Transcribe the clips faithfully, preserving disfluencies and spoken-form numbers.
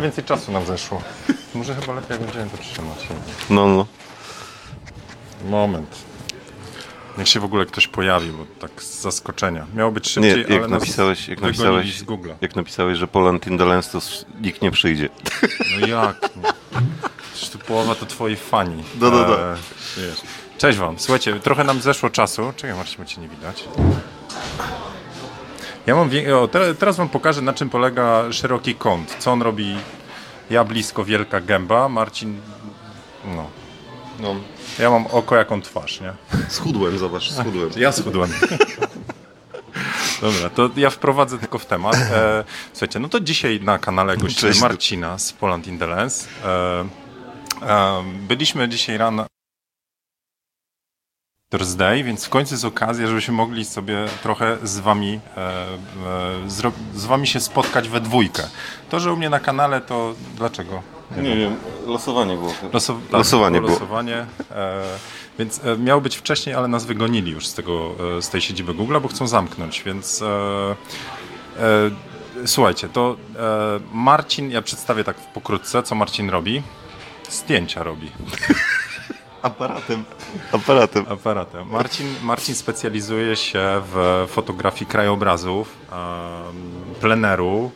więcej czasu nam zeszło. Może chyba lepiej, jak będziemy to trzymać. No, no. Moment. Niech się w ogóle ktoś pojawi, bo tak z zaskoczenia. Miało być szybciej, Nie, jak ale napisałeś, jak napisałeś, z Google'a. jak napisałeś, że Poland in the Lens, to nikt nie przyjdzie. No jak? No. Przecież tu połowa to twoi fani. No, no, no. Eee, wiesz. Cześć wam. Słuchajcie, trochę nam zeszło czasu. Czekaj, Marcin, bo cię nie widać. Ja mam... Wie... O, te, teraz wam pokażę, na czym polega szeroki kąt. Co on robi? Ja blisko, wielka gęba. Marcin... No. No. Ja mam oko, jaką twarz, nie? Schudłem, zobacz, schudłem. Ja schudłem. Dobra, to ja wprowadzę tylko w temat. E, słuchajcie, no to dzisiaj na kanale gościmy Cześć. Marcina z Poland in the Lens. E, e, byliśmy dzisiaj rano Thursday, więc w końcu jest okazja, żebyśmy mogli sobie trochę z wami, e, e, zro, z wami się spotkać we dwójkę. To, że u mnie na kanale, to dlaczego? Nie, nie wiem, losowanie było. Losow- tak, Losowanie było. Losowanie, e, więc e, miało być wcześniej, ale nas wygonili już z, tego, e, z tej siedziby Google'a, bo chcą zamknąć, więc e, e, słuchajcie, to e, Marcin, ja przedstawię tak pokrótce, co Marcin robi. Zdjęcia robi. Aparatem. Aparatem. Aparatem. Marcin, Marcin specjalizuje się w fotografii krajobrazów, e, pleneru,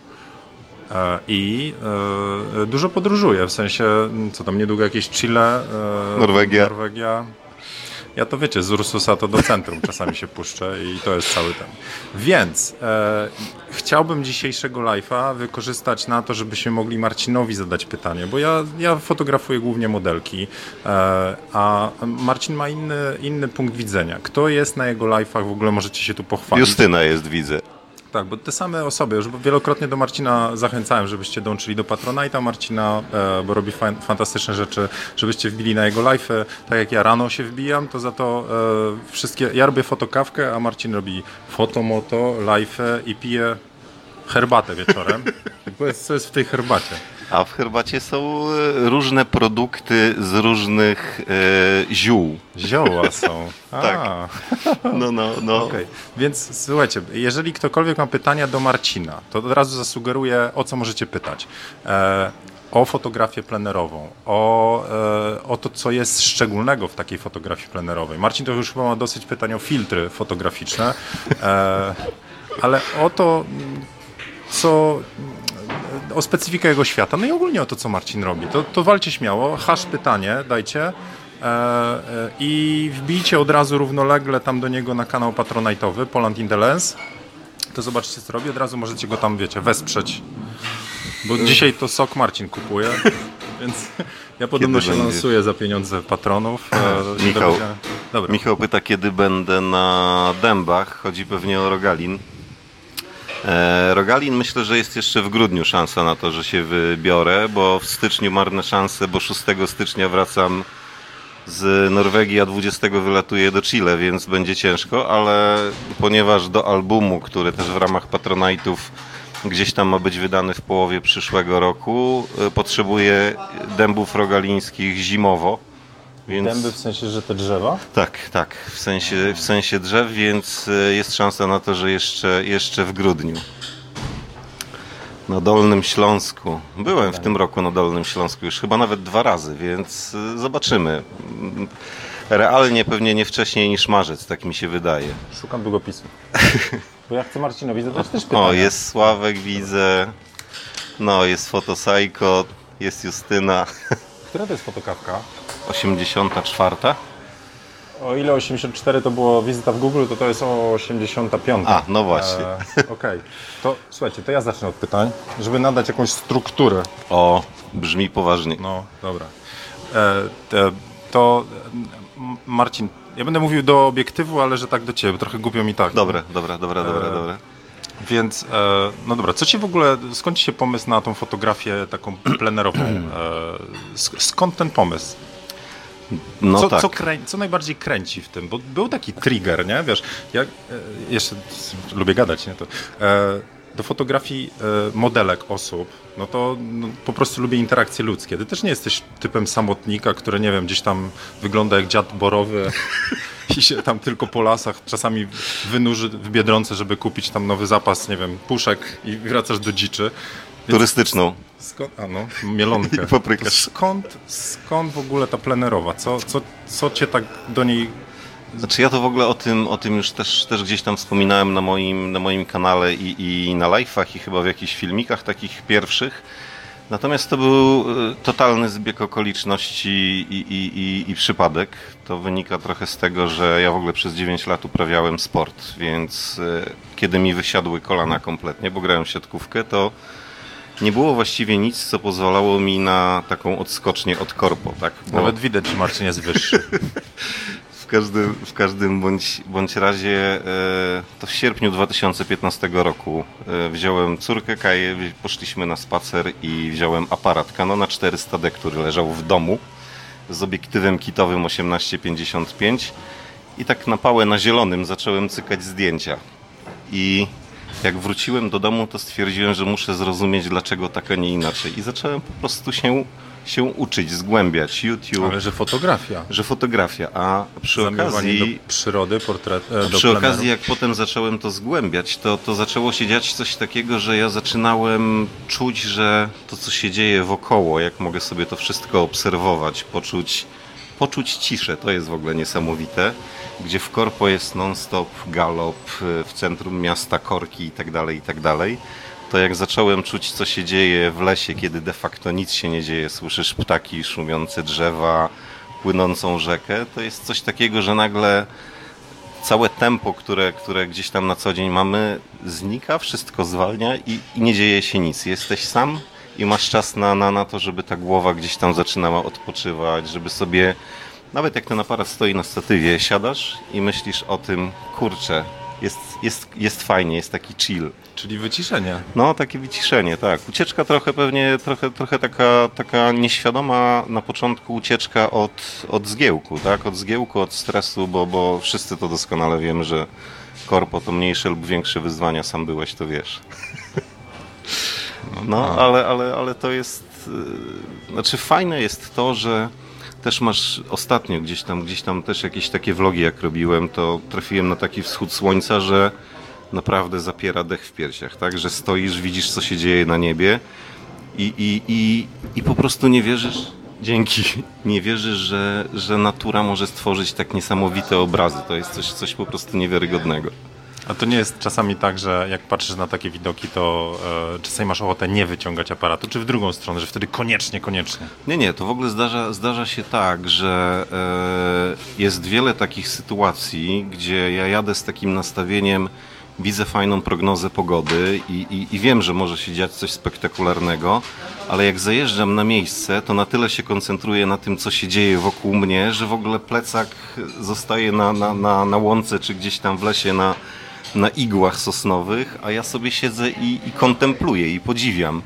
i e, dużo podróżuję, w sensie, co tam niedługo jakieś Chile, e, Norwegia. Norwegia. Ja to wiecie, z Ursusa to do centrum czasami się puszczę i to jest cały ten. Więc e, chciałbym dzisiejszego live'a wykorzystać na to, żebyśmy mogli Marcinowi zadać pytanie, bo ja, ja fotografuję głównie modelki, e, a Marcin ma inny, inny punkt widzenia. Kto jest na jego live'ach, w ogóle możecie się tu pochwalić. Justyna jest, widzę. Tak, bo te same osoby, już wielokrotnie do Marcina zachęcałem, żebyście dołączyli do Patronite'a Marcina, e, bo robi fa- fantastyczne rzeczy, żebyście wbili na jego live'y. Tak jak ja rano się wbijam, to za to e, wszystkie, ja robię fotokawkę, a Marcin robi fotomoto, live'y i pije herbatę wieczorem. Powiedz, co jest w tej herbacie? A w herbacie są e, różne produkty z różnych e, ziół. Zioła są. A. Tak. No, no, no. Okay. Więc słuchajcie, jeżeli ktokolwiek ma pytania do Marcina, to od razu zasugeruję, o co możecie pytać. E, o fotografię plenerową, o, e, o to, co jest szczególnego w takiej fotografii plenerowej. Marcin to już chyba ma dosyć pytań o filtry fotograficzne, e, ale o to, co... o specyfikę jego świata, no i ogólnie o to, co Marcin robi. To, to walcie śmiało, hash pytanie dajcie e, e, i wbijcie od razu równolegle tam do niego na kanał patronite'owy Poland in the Lens. To zobaczcie, co robi, od razu możecie go tam, wiecie, wesprzeć. Bo dzisiaj to sok Marcin kupuje, więc ja podobno Kiedy się będzie? lansuję za pieniądze patronów. E, Michał, będzie... Dobra. Michał pyta, kiedy będę na Dębach. Chodzi pewnie o Rogalin. E, Rogalin myślę, że jest jeszcze w grudniu szansa na to, że się wybiorę, bo w styczniu marne szanse, bo szóstego stycznia wracam z Norwegii, a dwudziestego wylatuję do Chile, więc będzie ciężko, ale ponieważ do albumu, który też w ramach Patronite'ów gdzieś tam ma być wydany w połowie przyszłego roku, e, potrzebuję dębów rogalińskich zimowo. Więc... Dęby w sensie, że te drzewa? Tak, tak, w sensie, w sensie drzew, więc y, jest szansa na to, że jeszcze, jeszcze w grudniu. Na Dolnym Śląsku. Byłem w tym roku na Dolnym Śląsku już chyba nawet dwa razy, więc y, zobaczymy. Realnie pewnie nie wcześniej niż marzec, tak mi się wydaje. Szukam długopisu. Bo ja chcę Marcinowi zadać też pytania. O, jest Sławek, widzę. No, jest Fotosajko, jest Justyna. Która to jest fotokawka? osiemdziesiąta czwarta? O ile osiemdziesiąt cztery to było wizyta w Google, to to jest o osiemdziesiąta piąta. A, no właśnie. E, Okej, okay. To słuchajcie, to ja zacznę od pytań, żeby nadać jakąś strukturę. O, brzmi poważnie. No, dobra. E, te, to M- Marcin, ja będę mówił do obiektywu, ale że tak do ciebie, bo trochę głupio mi tak. Dobra, dobra, dobra, dobra, E, dobra. Więc, e, no dobra, co ci w ogóle, skąd ci się pomysł na tą fotografię taką plenerową? E, sk- skąd ten pomysł? No Co, tak. co, krę... co najbardziej kręci w tym? Bo był taki trigger, nie? Wiesz, ja e, jeszcze lubię gadać, nie? To, e, do fotografii e, modelek osób, no to no, po prostu lubię interakcje ludzkie. Ty też nie jesteś typem samotnika, który, nie wiem, gdzieś tam wygląda jak dziad borowy i się tam tylko po lasach czasami wynurzy w Biedronce, żeby kupić tam nowy zapas, nie wiem, puszek i wracasz do dziczy. turystyczną. Skąd, a no, mielonkę. I paprykę. To skąd, skąd w ogóle ta plenerowa? Co, co, co cię tak do niej... Znaczy ja to w ogóle o tym, o tym już też, też gdzieś tam wspominałem na moim, na moim kanale i, i na live'ach i chyba w jakichś filmikach takich pierwszych. Natomiast to był totalny zbieg okoliczności i, i, i, i przypadek. To wynika trochę z tego, że ja w ogóle przez dziewięć lat uprawiałem sport, więc kiedy mi wysiadły kolana kompletnie, bo grałem w siatkówkę, to nie było właściwie nic, co pozwalało mi na taką odskocznię od korpo. Tak? Bo... Nawet widać, że Marcin jest wyższy. W każdym, w każdym bądź, bądź razie e, to w sierpniu dwa tysiące piętnastego roku e, wziąłem córkę Kaję, poszliśmy na spacer i wziąłem aparat Canona czterysta D, który leżał w domu z obiektywem kitowym osiemnaście pięćdziesiąt pięć i tak na pałę na zielonym zacząłem cykać zdjęcia. I jak wróciłem do domu, to stwierdziłem, że muszę zrozumieć, dlaczego tak, a nie inaczej. I zacząłem po prostu się się uczyć, zgłębiać YouTube. Ale że fotografia. Że fotografia, a przy okazji... do przyrody, portret, e, do przy pleneru. okazji, jak potem zacząłem to zgłębiać, to, to zaczęło się dziać coś takiego, że ja zaczynałem czuć, że to, co się dzieje wokoło, jak mogę sobie to wszystko obserwować, poczuć, poczuć ciszę, to jest w ogóle niesamowite, gdzie w korpo jest non-stop galop, w centrum miasta korki i tak dalej, i tak dalej. To jak zacząłem czuć, co się dzieje w lesie, kiedy de facto nic się nie dzieje, słyszysz ptaki, szumiące drzewa, płynącą rzekę, to jest coś takiego, że nagle całe tempo, które, które gdzieś tam na co dzień mamy, znika, wszystko zwalnia i, i nie dzieje się nic. Jesteś sam i masz czas na, na, na to, żeby ta głowa gdzieś tam zaczynała odpoczywać, żeby sobie, nawet jak ten aparat stoi na statywie, siadasz i myślisz o tym, kurczę, jest, jest, jest fajnie, jest taki chill. Czyli wyciszenie. No, takie wyciszenie, tak. Ucieczka trochę pewnie, trochę, trochę taka, taka nieświadoma na początku ucieczka od, od zgiełku, tak? Od zgiełku, od stresu, bo, bo wszyscy to doskonale wiemy, że korpo to mniejsze lub większe wyzwania, sam byłeś, to wiesz. No, ale, ale, ale to jest, yy, znaczy fajne jest to, że też masz ostatnio gdzieś tam, gdzieś tam też jakieś takie vlogi jak robiłem, to trafiłem na taki wschód słońca, że naprawdę zapiera dech w piersiach, tak? Że stoisz, widzisz, co się dzieje na niebie i, i, i, i po prostu nie wierzysz, dzięki, nie wierzysz, że, że natura może stworzyć tak niesamowite obrazy. To jest coś, coś po prostu niewiarygodnego. A to nie jest czasami tak, że jak patrzysz na takie widoki, to e, czasami masz ochotę nie wyciągać aparatu, czy w drugą stronę, że wtedy koniecznie, koniecznie? Nie, nie, to w ogóle zdarza, zdarza się tak, że e, jest wiele takich sytuacji, gdzie ja jadę z takim nastawieniem, widzę fajną prognozę pogody i, i, i wiem, że może się dziać coś spektakularnego, ale jak zajeżdżam na miejsce, to na tyle się koncentruję na tym, co się dzieje wokół mnie, że w ogóle plecak zostaje na, na, na, na łące czy gdzieś tam w lesie na, na igłach sosnowych, a ja sobie siedzę i, i kontempluję i podziwiam.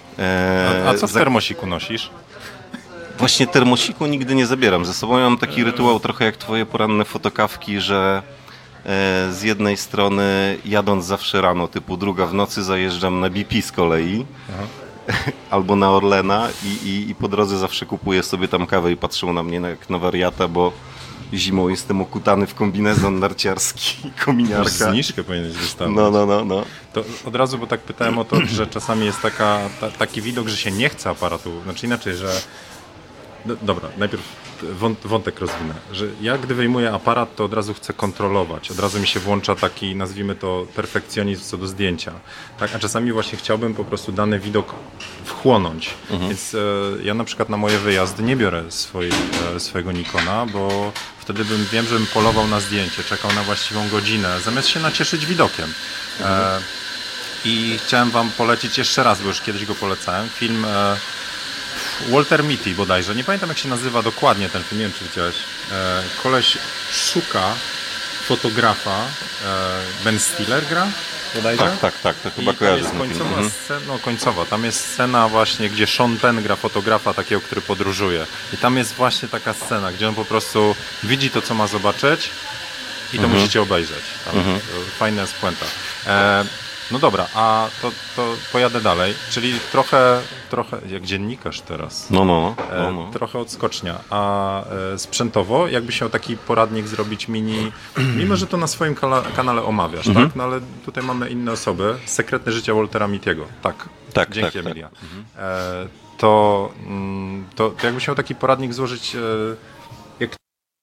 A, a co w termosiku nosisz? Właśnie termosiku nigdy nie zabieram ze sobą. Ja mam taki rytuał trochę jak twoje poranne fotokawki, że z jednej strony jadąc zawsze rano, typu druga w nocy, zajeżdżam na B P z kolei. Aha. Albo na Orlena i, i, i po drodze zawsze kupuję sobie tam kawę i patrzą na mnie jak na wariata, bo zimą jestem okutany w kombinezon narciarski i kominiarka. Zniżkę powinieneś wystawić. No, no, no, no. To od razu, bo tak pytałem o to, że czasami jest taka, ta, taki widok, że się nie chce aparatu. Znaczy inaczej, że... No, dobra, najpierw wątek rozwinę, że ja gdy wyjmuję aparat, to od razu chcę kontrolować, od razu mi się włącza taki, nazwijmy to, perfekcjonizm co do zdjęcia, tak? A czasami właśnie chciałbym po prostu dany widok wchłonąć, mhm. Więc e, ja na przykład na moje wyjazdy nie biorę swojej, e, swojego Nikona, bo wtedy bym, wiem, że bym polował na zdjęcie, czekał na właściwą godzinę, zamiast się nacieszyć widokiem. E, I chciałem wam polecić jeszcze raz, bo już kiedyś go polecałem, film e, Walter Mitty bodajże, nie pamiętam jak się nazywa dokładnie ten film, nie wiem czy widziałeś. E, koleś szuka fotografa, e, Ben Stiller gra bodajże? Tak, tak, tak, to chyba kojarzę. Jest końcowa, mhm. scena, no końcowa, tam jest scena właśnie, gdzie Sean Penn gra fotografa takiego, który podróżuje. I tam jest właśnie taka scena, gdzie on po prostu widzi to, co ma zobaczyć i to mhm. musicie obejrzeć. Tam, mhm. Fajna jest puenta. E, No dobra, a to, to pojadę dalej, czyli trochę, trochę jak dziennikarz teraz. No, no, E, no, no. trochę odskocznia. A e, sprzętowo, jakbyś miał taki poradnik zrobić mini, mimo że to na swoim kala, kanale omawiasz, Mhm. tak? No ale tutaj mamy inne osoby. Sekretne życie Waltera Mittiego. Tak. Tak, Dzięki, tak, tak. Emilia. E, to, mm, to, to jakbyś miał taki poradnik złożyć, e, jak,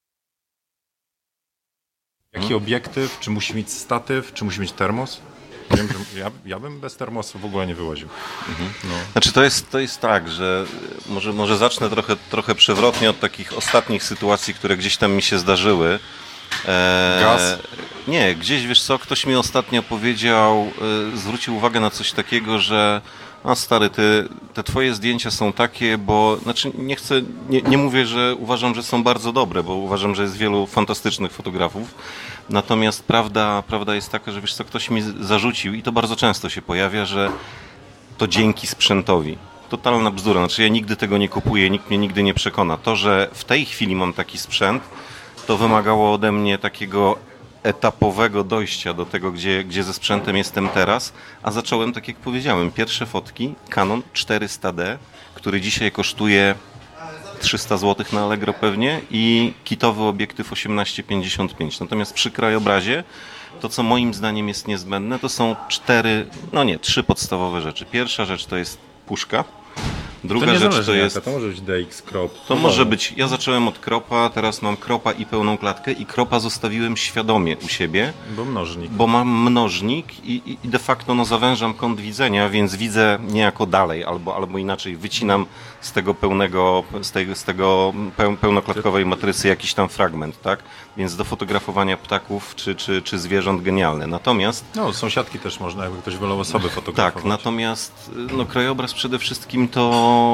jaki obiektyw, czy musi mieć statyw, czy musi mieć termos? Wiem, że ja, ja bym bez termosu w ogóle nie wyłaził. No. Znaczy to jest, to jest tak, że może, może zacznę trochę, trochę przewrotnie od takich ostatnich sytuacji, które gdzieś tam mi się zdarzyły. Eee, Gaz? Nie, gdzieś wiesz co, ktoś mi ostatnio powiedział, e, zwrócił uwagę na coś takiego, że a stary, ty, te twoje zdjęcia są takie, bo znaczy nie chcę, nie, nie mówię, że uważam, że są bardzo dobre, bo uważam, że jest wielu fantastycznych fotografów. Natomiast prawda, prawda jest taka, że wiesz co, ktoś mi zarzucił i to bardzo często się pojawia, że to dzięki sprzętowi. Totalna bzdura. Znaczy ja nigdy tego nie kupuję, nikt mnie nigdy nie przekona. To, że w tej chwili mam taki sprzęt, to wymagało ode mnie takiego etapowego dojścia do tego, gdzie, gdzie ze sprzętem jestem teraz, a zacząłem, tak jak powiedziałem, pierwsze fotki Canon czterysta D, który dzisiaj kosztuje trzysta złotych na Allegro pewnie i kitowy obiektyw osiemnaście pięćdziesiąt pięć. Natomiast przy krajobrazie to, co moim zdaniem jest niezbędne, to są cztery, no nie, trzy podstawowe rzeczy. Pierwsza rzecz to jest puszka. Druga To nie rzecz zależy to jaka, jest... to może być D X crop. To może być, ja zacząłem od kropa, teraz mam kropa i pełną klatkę i kropa zostawiłem świadomie u siebie, Bo mnożnik. bo mam mnożnik i, i de facto no, zawężam kąt widzenia, więc widzę niejako dalej, albo, albo inaczej wycinam z tego pełnego, z tego, z tego peł, pełnoklatkowej matrycy jakiś tam fragment, tak? Więc do fotografowania ptaków czy, czy, czy zwierząt genialne. Natomiast No, sąsiadki też można, jakby ktoś wolał osoby fotografować. tak, natomiast no, krajobraz przede wszystkim to,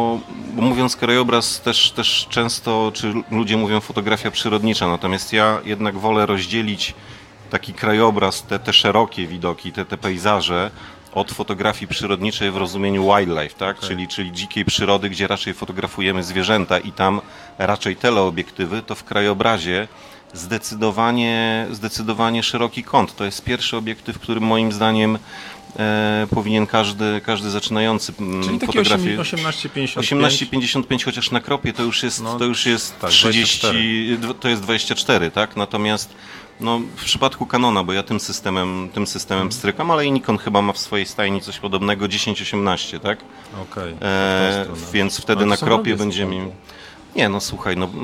bo mówiąc krajobraz też, też często, czy ludzie mówią fotografia przyrodnicza, natomiast ja jednak wolę rozdzielić taki krajobraz, te, te szerokie widoki, te, te pejzaże od fotografii przyrodniczej w rozumieniu wildlife, tak? Okay. Czyli, czyli dzikiej przyrody, gdzie raczej fotografujemy zwierzęta i tam raczej teleobiektywy, to w krajobrazie zdecydowanie, zdecydowanie szeroki kąt. To jest pierwszy obiektyw, którym moim zdaniem e, powinien każdy, każdy zaczynający Czyli taki fotografię... osiemnaście pięćdziesiąt pięć. osiemnaście pięćdziesiąt pięć, chociaż na kropie to już jest, No, to już jest tak, trzydzieści, to jest dwadzieścia cztery, tak? Natomiast no, w przypadku Canona, bo ja tym systemem, tym systemem strykam, ale i Nikon chyba ma w swojej stajni coś podobnego, dziesięć osiemnaście, tak? Okej. E, więc wtedy Ale na to są kropie drogie będziemy... sprzęty. Nie, no słuchaj, no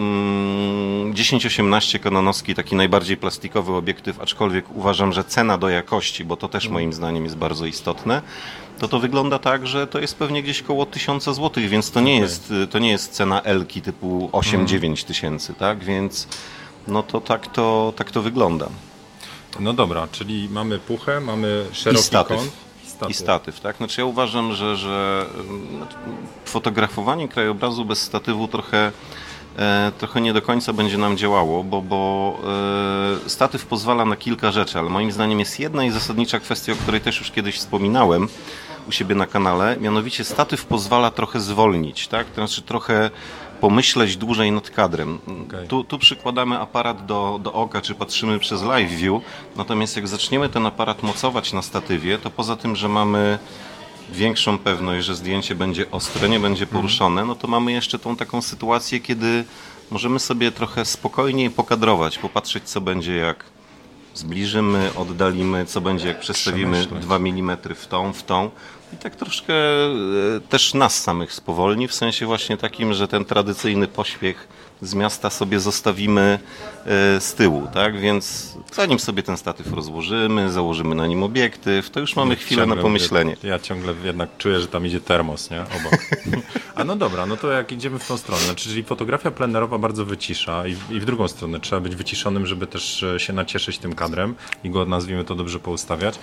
mm, dziesięć osiemnaście kanonowski, taki najbardziej plastikowy obiektyw, aczkolwiek uważam, że cena do jakości, bo to też moim zdaniem jest bardzo istotne, to to wygląda tak, że to jest pewnie gdzieś koło tysiąca złotych, więc to nie, Okej. jest, to nie jest cena Elki typu osiem dziewięć tysięcy, tak? Więc no to tak to, tak to wygląda. No dobra, czyli mamy puchę, mamy szeroki statyw. kąt. I statyw, tak? Znaczy ja uważam, że, że fotografowanie krajobrazu bez statywu trochę, e, trochę nie do końca będzie nam działało, bo, bo e, statyw pozwala na kilka rzeczy, ale moim zdaniem jest jedna i zasadnicza kwestia, o której też już kiedyś wspominałem u siebie na kanale, mianowicie statyw pozwala trochę zwolnić, tak? To znaczy trochę pomyśleć dłużej nad kadrem. Okay. Tu, tu przykładamy aparat do, do oka, czy patrzymy przez live view, natomiast jak zaczniemy ten aparat mocować na statywie, to poza tym, że mamy większą pewność, że zdjęcie będzie ostre, nie będzie poruszone, no to mamy jeszcze tą taką sytuację, kiedy możemy sobie trochę spokojniej pokadrować, popatrzeć co będzie jak zbliżymy, oddalimy, co będzie jak przestawimy Przemyśleć. dwa milimetry w tą, w tą. I tak troszkę e, też nas samych spowolni, w sensie właśnie takim, że ten tradycyjny pośpiech z miasta sobie zostawimy e, z tyłu, tak? Więc zanim sobie ten statyw rozłożymy, założymy na nim obiektyw, to już mamy chwilę Ciągle na pomyślenie. Ja ciągle jednak czuję, że tam idzie termos, nie? Obok. A no dobra, no to jak idziemy w tą stronę, znaczy, czyli fotografia plenerowa bardzo wycisza i w, i w drugą stronę trzeba być wyciszonym, żeby też e, się nacieszyć tym kadrem i go, nazwijmy to, dobrze poustawiać.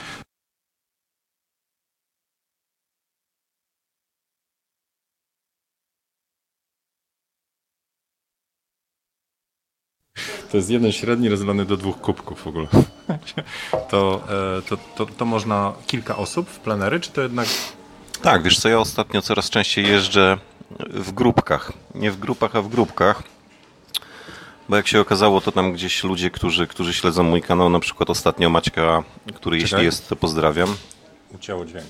To jest jeden średni rozlany do dwóch kubków w ogóle. To, e, to, to, to można kilka osób w plenery, czy to jednak... Tak, wiesz co, ja ostatnio coraz częściej jeżdżę w grupkach. Nie w grupach, a w grupkach. Bo jak się okazało, to tam gdzieś ludzie, którzy, którzy śledzą mój kanał, na przykład ostatnio Maćka, który Czekaj. jeśli jest, to pozdrawiam. Ucięło dźwięk.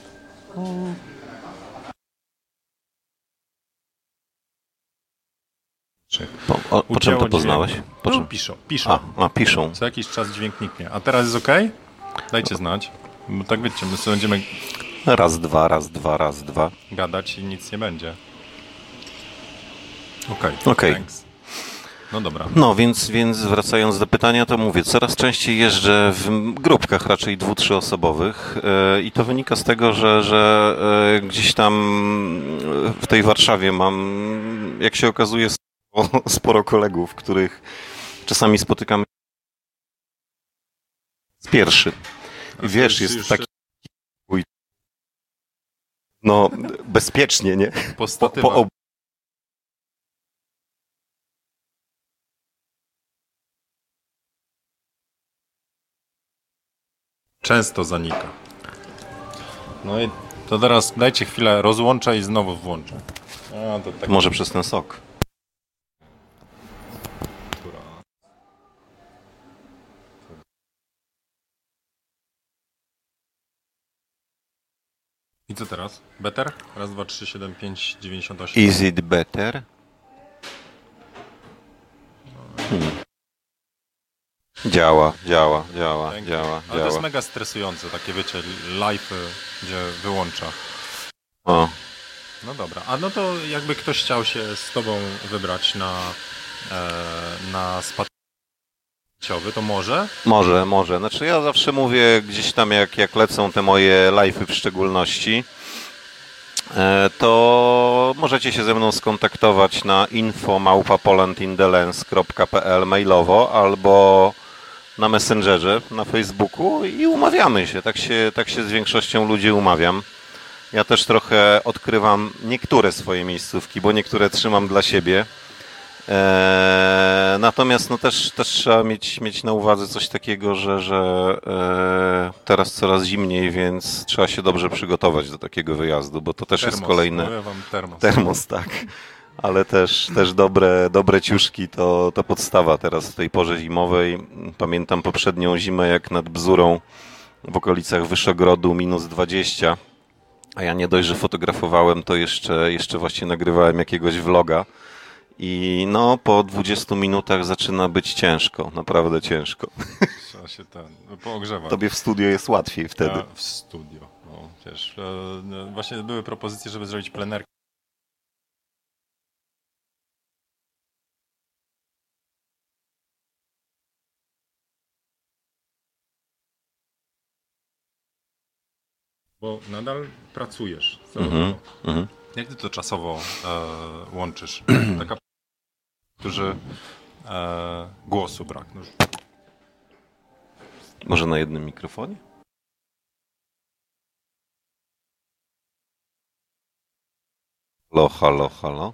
Czy Po, o, po czym to ucięło poznałeś? dźwięk? Po No, czym? piszą, piszą. A, a, piszą. Co jakiś czas dźwięk niknie. A teraz jest ok? Dajcie znać. Bo tak wiecie, my sobie będziemy Raz, dwa, raz, dwa, raz, dwa. gadać i nic nie będzie. Okej, Okej. thanks. No dobra. No, więc, więc wracając do pytania, to mówię, coraz częściej jeżdżę w grupkach raczej dwu-, trzyosobowych yy, i to wynika z tego, że, że yy, gdzieś tam w tej Warszawie mam, jak się okazuje, sporo, sporo kolegów, których czasami spotykamy z pierwszy. I wiesz, już- jest już- taki no bezpiecznie, nie? Po Po, statywach. po ob... Często zanika. No i to teraz dajcie chwilę, rozłączę i znowu włączę. A, to tak. Może przez ten sok. I co teraz? Better? Raz, dwa, trzy, siedem, pięć, dziewięćdziesiąt osiem. Is it better? Hmm. Działa, działa, działa, Pięknie. działa, Ale to działa. jest mega stresujące, takie wiecie, live'y, gdzie wyłącza. O, No dobra, a no to jakby ktoś chciał się z tobą wybrać na, e, na spacer sieciowy, to może? może, może. Znaczy ja zawsze mówię gdzieś tam jak, jak lecą te moje live'y w szczególności, e, to możecie się ze mną skontaktować na info małpa polandindelens kropka p l mailowo albo na Messengerze, na Facebooku i umawiamy się. Tak się, tak się z większością ludzi umawiam. Ja też trochę odkrywam niektóre swoje miejscówki, bo niektóre trzymam dla siebie. Eee, natomiast no też, też trzeba mieć, mieć na uwadze coś takiego, że, że e, teraz coraz zimniej, więc trzeba się dobrze przygotować do takiego wyjazdu, bo to też jest kolejny Mówię wam termos. termos, tak. Ale też, też dobre, dobre ciuszki to, to podstawa teraz w tej porze zimowej. Pamiętam poprzednią zimę, jak nad Bzurą w okolicach Wyszogrodu minus dwadzieścia. A ja nie dość, że fotografowałem, to jeszcze, jeszcze właśnie nagrywałem jakiegoś vloga. I no, po dwudziestu minutach zaczyna być ciężko, naprawdę ciężko. Trzeba się ten, poogrzewać. Tobie w studio jest łatwiej wtedy. Ja w studio, no wiesz, e, no, właśnie były propozycje, żeby zrobić plenerkę. Bo nadal pracujesz. Mhm, mhm. Jak ty to czasowo e, łączysz? Taka, którzy e, głosu brak. No, Może na jednym mikrofonie? Halo, halo, halo.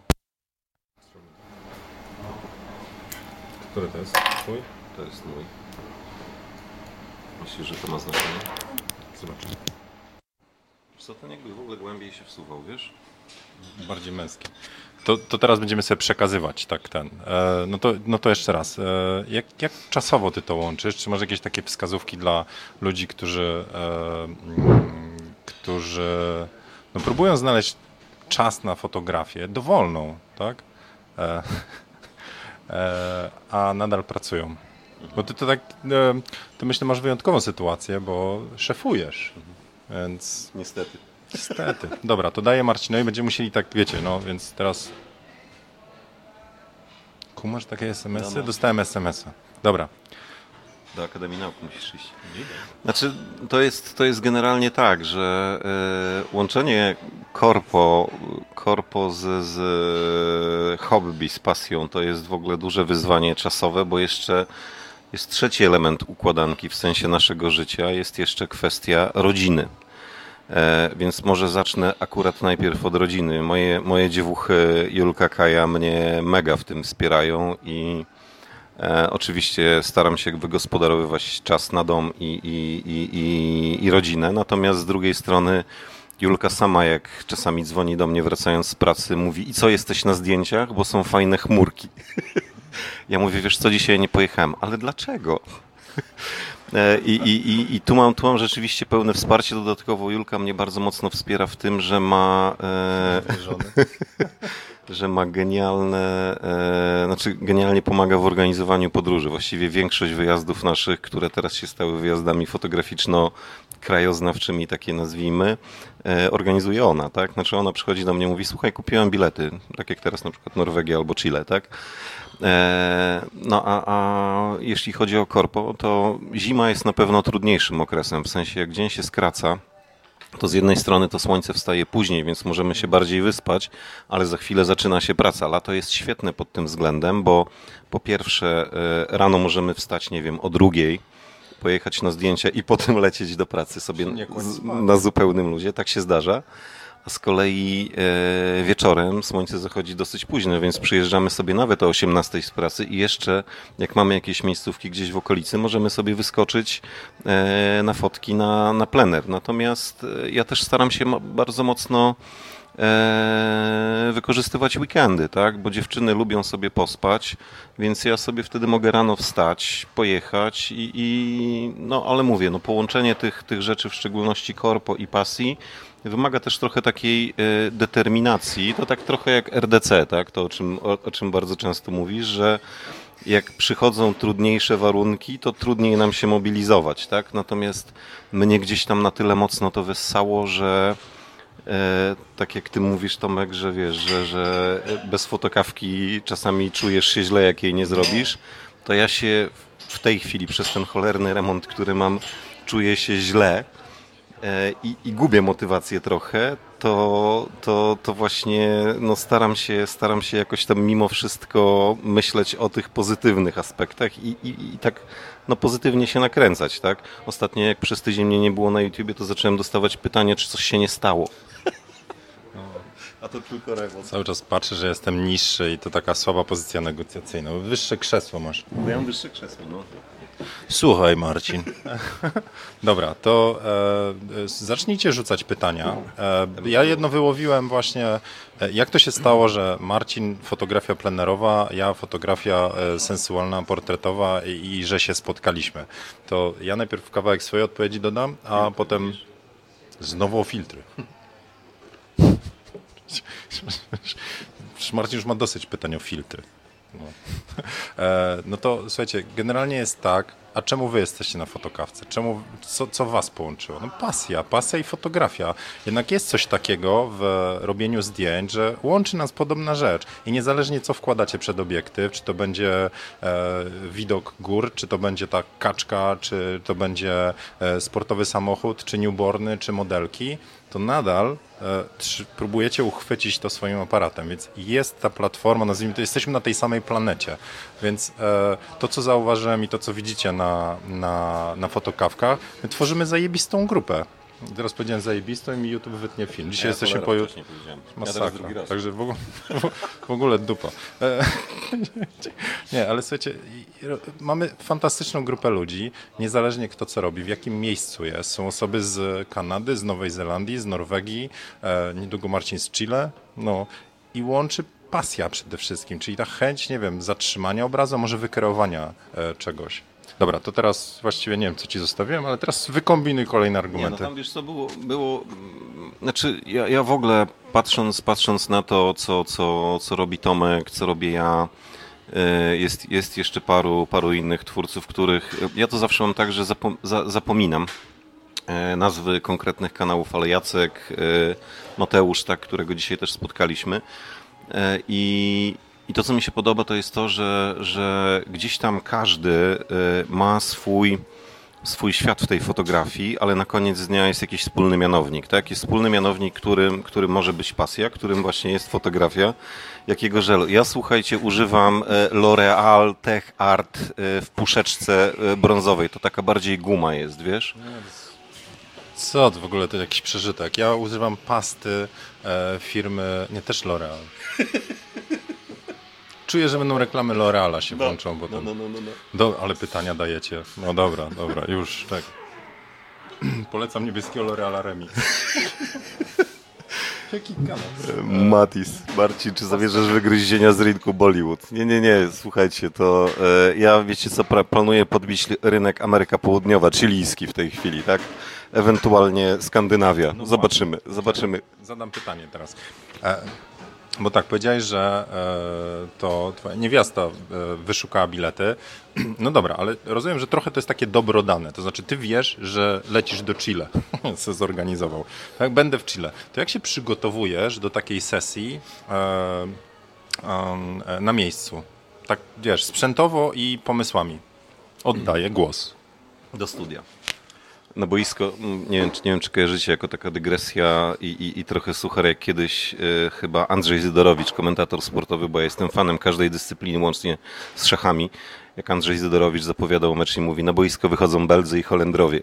który to jest? Twój? To jest mój. Myślisz, że to ma znaczenie? Zobacz. Co ten jakby w ogóle głębiej się wsuwał, wiesz? Bardziej męski. To, to teraz będziemy sobie przekazywać, tak ten. E, no, to, no to jeszcze raz. E, jak, jak czasowo ty to łączysz? Czy masz jakieś takie wskazówki dla ludzi, którzy, e, mm, którzy no, próbują znaleźć czas na fotografię dowolną, tak? E, e, a nadal pracują. Bo ty to tak, e, ty myślę masz wyjątkową sytuację, bo szefujesz, więc... Niestety. Niestety. Dobra, to daję Marcinowi, będziemy musieli tak, wiecie, no więc teraz... Kumasz takie es em esy? No, no. Dostałem es em esa. Dobra. Do Akademii Nauk musisz iść. Znaczy, to jest, to jest generalnie tak, że y, łączenie korpo, korpo z, z hobby, z pasją, to jest w ogóle duże wyzwanie czasowe, bo jeszcze jest trzeci element układanki w sensie naszego życia, jest jeszcze kwestia rodziny. E, więc może zacznę akurat najpierw od rodziny. Moje, moje dziewuchy Julka, Kaja mnie mega w tym wspierają i e, oczywiście staram się wygospodarowywać czas na dom i, i, i, i, i rodzinę. Natomiast z drugiej strony Julka sama, jak czasami dzwoni do mnie wracając z pracy, mówi: i co, jesteś na zdjęciach, bo są fajne chmurki. Ja mówię: wiesz co, dzisiaj nie pojechałem. Ale dlaczego? I, i, i, i tu, mam, tu mam rzeczywiście pełne wsparcie. Dodatkowo Julka mnie bardzo mocno wspiera w tym, że ma e, że ma genialne, e, znaczy genialnie pomaga w organizowaniu podróży. Właściwie większość wyjazdów naszych, które teraz się stały wyjazdami fotograficzno-krajoznawczymi, takie nazwijmy, e, organizuje ona, tak? Znaczy ona przychodzi do mnie i mówi, słuchaj, kupiłem bilety, tak jak teraz na przykład Norwegia albo Chile, tak? No a, a jeśli chodzi o korpo, to zima jest na pewno trudniejszym okresem, w sensie jak dzień się skraca, to z jednej strony to słońce wstaje później, więc możemy się bardziej wyspać, ale za chwilę zaczyna się praca. Lato jest świetne pod tym względem, bo po pierwsze rano możemy wstać, nie wiem, o drugiej, pojechać na zdjęcia i potem lecieć do pracy sobie z, na zupełnym luzie, tak się zdarza. A z kolei e, wieczorem słońce zachodzi dosyć późno, więc przyjeżdżamy sobie nawet o osiemnastej z pracy i jeszcze jak mamy jakieś miejscówki gdzieś w okolicy, możemy sobie wyskoczyć e, na fotki na, na plener. Natomiast e, ja też staram się mo- bardzo mocno e, wykorzystywać weekendy, tak? Bo dziewczyny lubią sobie pospać, więc ja sobie wtedy mogę rano wstać, pojechać i, i no ale mówię, no połączenie tych, tych rzeczy, w szczególności korpo i pasji, wymaga też trochę takiej y, determinacji, to tak trochę jak R D C, tak? To o czym, o, o czym bardzo często mówisz, że jak przychodzą trudniejsze warunki, to trudniej nam się mobilizować, tak? Natomiast mnie gdzieś tam na tyle mocno to wessało, że e, tak jak ty mówisz, Tomek, że wiesz, że, że bez fotokawki czasami czujesz się źle, jak jej nie zrobisz, to ja się w tej chwili przez ten cholerny remont, który mam, czuję się źle. I, i gubię motywację trochę, to, to, to właśnie no staram się, staram się jakoś tam mimo wszystko myśleć o tych pozytywnych aspektach i, i, i tak no pozytywnie się nakręcać, tak? Ostatnio jak przez tydzień mnie nie było na YouTubie, to zacząłem dostawać pytania, czy coś się nie stało. A to tylko remont. Cały czas patrzę, że jestem niższy i to taka słaba pozycja negocjacyjna. Wyższe krzesło masz. Bo ja mam wyższe krzesło, no. Słuchaj, Marcin. Dobra, to e, zacznijcie rzucać pytania. E, ja jedno wyłowiłem właśnie, e, jak to się stało, że Marcin fotografia plenerowa, ja fotografia e, sensualna, portretowa i, i że się spotkaliśmy. To ja najpierw kawałek swojej odpowiedzi dodam, a potem znowu o filtry. Marcin już ma dosyć pytań o filtry. No. E, no to słuchajcie, generalnie jest tak, a czemu wy jesteście na fotokawce? Czemu, co, co was połączyło? No pasja, pasja i fotografia. Jednak jest coś takiego w robieniu zdjęć, że łączy nas podobna rzecz. I niezależnie co wkładacie przed obiektyw, czy to będzie e, widok gór, czy to będzie ta kaczka, czy to będzie e, sportowy samochód, czy newborny, czy modelki, to nadal e, tr- próbujecie uchwycić to swoim aparatem, więc jest ta platforma, nazwijmy to, jesteśmy na tej samej planecie, więc e, to, co zauważyłem i to, co widzicie na, na, na fotokawkach, my tworzymy zajebistą grupę. Teraz powiedziałem zajebistą i mi YouTube wytnie film. Dzisiaj ja jesteśmy po YouTube. Masakra, ja także w ogóle, w ogóle dupa. E, nie, ale słuchajcie, mamy fantastyczną grupę ludzi, niezależnie kto co robi, w jakim miejscu jest. Są osoby z Kanady, z Nowej Zelandii, z Norwegii, e, niedługo Marcin z Chile, no i łączy pasja przede wszystkim, czyli ta chęć, nie wiem, zatrzymania obrazu, a może wykreowania e, czegoś. Dobra, to teraz właściwie nie wiem, co ci zostawiłem, ale teraz wykombinuj kolejne argumenty. Nie, no tam wiesz co, było, było znaczy ja, ja w ogóle patrząc, patrząc na to, co, co, co robi Tomek, co robię ja, jest, jest jeszcze paru, paru innych twórców, których, ja to zawsze mam tak, że zapom, za, zapominam nazwy konkretnych kanałów, ale Jacek, Mateusz, tak, którego dzisiaj też spotkaliśmy i I to, co mi się podoba, to jest to, że, że gdzieś tam każdy ma swój, swój świat w tej fotografii, ale na koniec dnia jest jakiś wspólny mianownik, tak? Jest wspólny mianownik, którym, którym może być pasja, którym właśnie jest fotografia. Jakiego żelu? Ja, słuchajcie, używam L'Oreal Tech Art w puszeczce brązowej. To taka bardziej guma jest, wiesz? Co to w ogóle to jakiś przeżytek? Ja używam pasty e, firmy, nie, też L'Oreal. Czuję, że będą reklamy L'Oreala się no, włączą, bo no, ten... no, no, no, no. Do, ale pytania dajecie. No dobra, dobra, już, tak. Polecam niebieskiego L'Oreala Remix. Jaki kanał? Matis, Marcin, czy zamierzasz wygryzienia z rynku Bollywood? Nie, nie, nie, słuchajcie, to e, ja wiecie co, pra, planuję podbić rynek Ameryka Południowa, chilijski w tej chwili, tak? Ewentualnie Skandynawia. No zobaczymy, zobaczymy. Zadam pytanie teraz. E, bo tak, powiedziałeś, że e, to twoja niewiasta e, wyszukała bilety. No dobra, ale rozumiem, że trochę to jest takie dobro dane. To znaczy ty wiesz, że lecisz do Chile, se zorganizował. Tak, będę w Chile. To jak się przygotowujesz do takiej sesji e, e, na miejscu? Tak, wiesz, sprzętowo i pomysłami. Oddaję głos. Do studia. Na boisko, nie wiem, czy, nie wiem, czy kojarzycie, jako taka dygresja i, i, i trochę suchar, jak kiedyś y, chyba Andrzej Zydorowicz, komentator sportowy, bo ja jestem fanem każdej dyscypliny, łącznie z szachami. Jak Andrzej Zydorowicz zapowiadał mecz i mówi, na boisko wychodzą Beldzy i Holendrowie.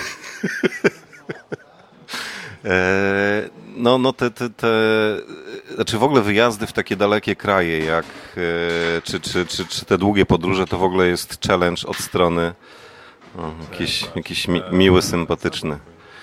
e, no, no te, te, te, znaczy w ogóle wyjazdy w takie dalekie kraje, jak, e, czy, czy, czy, czy te długie podróże, to w ogóle jest challenge od strony O, jakiś, jakiś mi, miły, sympatyczny.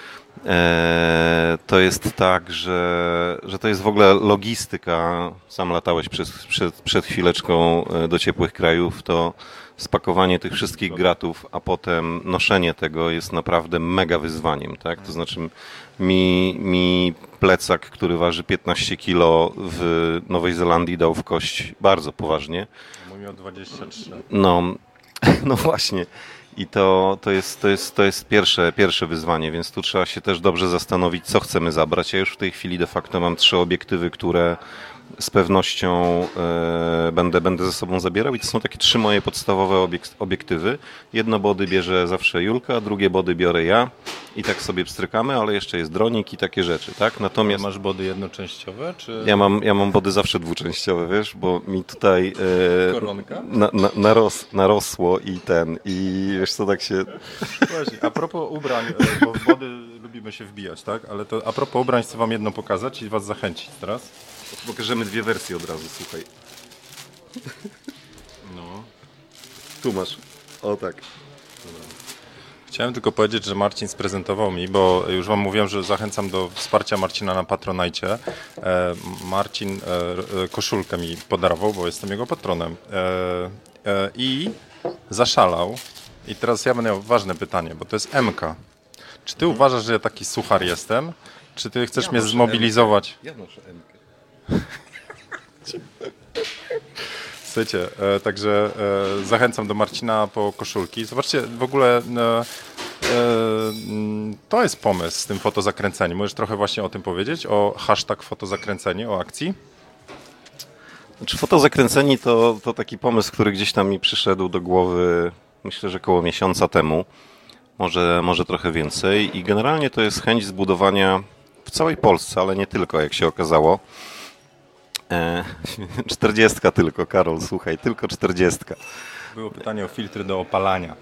E, to jest tak, że, że to jest w ogóle logistyka. Sam latałeś przed, przed, przed chwileczką do ciepłych krajów, to spakowanie tych wszystkich gratów, a potem noszenie tego jest naprawdę mega wyzwaniem. Tak? To znaczy mi, mi plecak, który waży piętnaście kilo w Nowej Zelandii dał w kość bardzo poważnie. Mój miał dwadzieścia trzy. No, no właśnie. I to, to, jest, to, jest, to jest pierwsze, pierwsze wyzwanie, więc tu trzeba się też dobrze zastanowić, co chcemy zabrać. Ja już w tej chwili de facto mam trzy obiektywy, które z pewnością e, będę, będę ze sobą zabierał i to są takie trzy moje podstawowe obiek- obiektywy. Jedno body bierze zawsze Julka, drugie body biorę ja i tak sobie pstrykamy, ale jeszcze jest dronik i takie rzeczy, tak? Natomiast masz body jednoczęściowe, czy... Ja mam, ja mam body zawsze dwuczęściowe, wiesz, bo mi tutaj e, Koronka? Na, na, naros, narosło i ten, i wiesz co, tak się... Właśnie, a propos ubrań, bo w body lubimy się wbijać, tak? Ale to a propos ubrań chcę wam jedno pokazać i was zachęcić teraz. Pokażemy dwie wersje od razu, słuchaj. No. Tu masz. O tak. Chciałem tylko powiedzieć, że Marcin sprezentował mi, bo już wam mówiłem, że zachęcam do wsparcia Marcina na Patronite. E, Marcin e, koszulkę mi podarował, bo jestem jego patronem. E, e, I zaszalał. I teraz ja będę miał ważne pytanie, bo to jest M K. Czy ty uważasz, że ja taki suchar jestem? Czy ty chcesz Ja mnie noszę zmobilizować? Ja noszę M-kę. Słuchajcie, e, także e, zachęcam do Marcina po koszulki. Zobaczcie, w ogóle e, e, to jest pomysł z tym fotozakręceniem. Możesz trochę właśnie o tym powiedzieć? O hashtag fotozakręcenie, o akcji? Znaczy, fotozakręceni to, to taki pomysł, który gdzieś tam mi przyszedł do głowy, myślę, że około miesiąca temu. Może, może trochę więcej. I generalnie to jest chęć zbudowania w całej Polsce, ale nie tylko, jak się okazało. E, czterdziestka tylko, Karol, słuchaj, tylko czterdziestka. Było pytanie o filtry do opalania.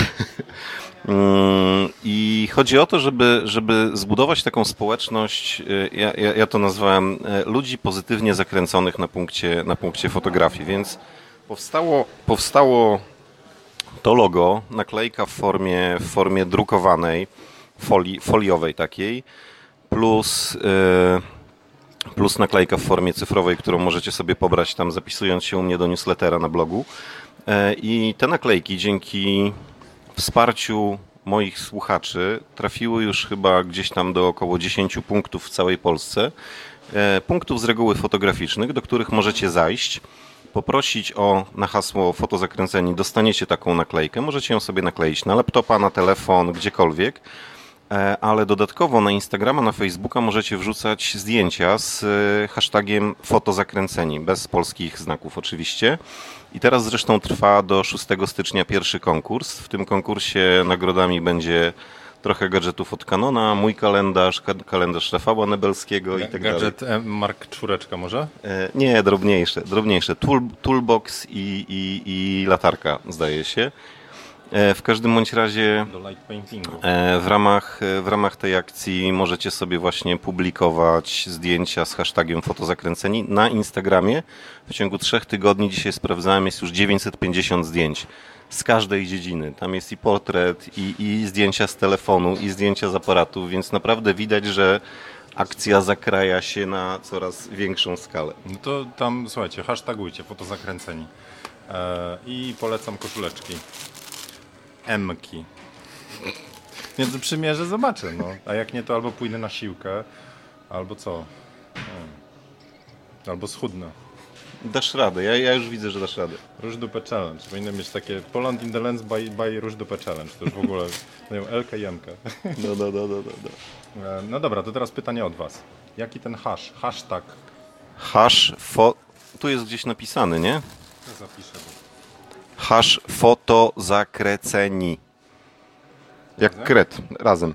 I chodzi o to, żeby, żeby zbudować taką społeczność, ja, ja, ja to nazwałem ludzi pozytywnie zakręconych na punkcie, na punkcie fotografii, więc powstało, powstało to logo, naklejka w formie, w formie drukowanej, folii, foliowej takiej, plus... Yy, plus naklejka w formie cyfrowej, którą możecie sobie pobrać tam zapisując się u mnie do newslettera na blogu. I te naklejki dzięki wsparciu moich słuchaczy trafiły już chyba gdzieś tam do około dziesięciu punktów w całej Polsce. Punktów z reguły fotograficznych, do których możecie zajść, poprosić o na hasło fotozakręceni, dostaniecie taką naklejkę, możecie ją sobie nakleić na laptopa, na telefon, gdziekolwiek. Ale dodatkowo na Instagrama, na Facebooka możecie wrzucać zdjęcia z hashtagiem fotozakręceni, bez polskich znaków oczywiście. I teraz zresztą trwa do szóstego stycznia pierwszy konkurs. W tym konkursie nagrodami będzie trochę gadżetów od Canona, mój kalendarz, kalendarz Rafała Nebelskiego i tak dalej. Gadżet Mark czwóreczka może? Nie, drobniejsze, drobniejsze. Tool, toolbox i, i, i latarka, zdaje się. W każdym bądź razie Do light paintingu. w ramach, w ramach tej akcji możecie sobie właśnie publikować zdjęcia z hashtagiem fotozakręceni na Instagramie. W ciągu trzech tygodni, dzisiaj sprawdzałem, jest już dziewięćset pięćdziesiąt zdjęć z każdej dziedziny. Tam jest i portret, i, i zdjęcia z telefonu, i zdjęcia z aparatu, więc naprawdę widać, że akcja zakraja się na coraz większą skalę. No to tam, słuchajcie, hashtagujcie, fotozakręceni. E, I polecam koszuleczki. M-ki. Nie, to przymierzę, zobaczę, no. A jak nie, to albo pójdę na siłkę, albo co? Nie wiem. Albo schudnę. Dasz radę, ja, ja już widzę, że dasz radę. Róż dupę challenge. Powinny mieć takie Poland in the Lens by, by Róż dupę challenge. To już w ogóle, nie wiem, L-kę i M-kę. No, no, no, no, no, no. E, No dobra, to teraz pytanie od was. Jaki ten hash, hashtag? Hash fo... Tu jest gdzieś napisany, nie? To zapiszę. Hash fotozakręceni. Jak kret, razem.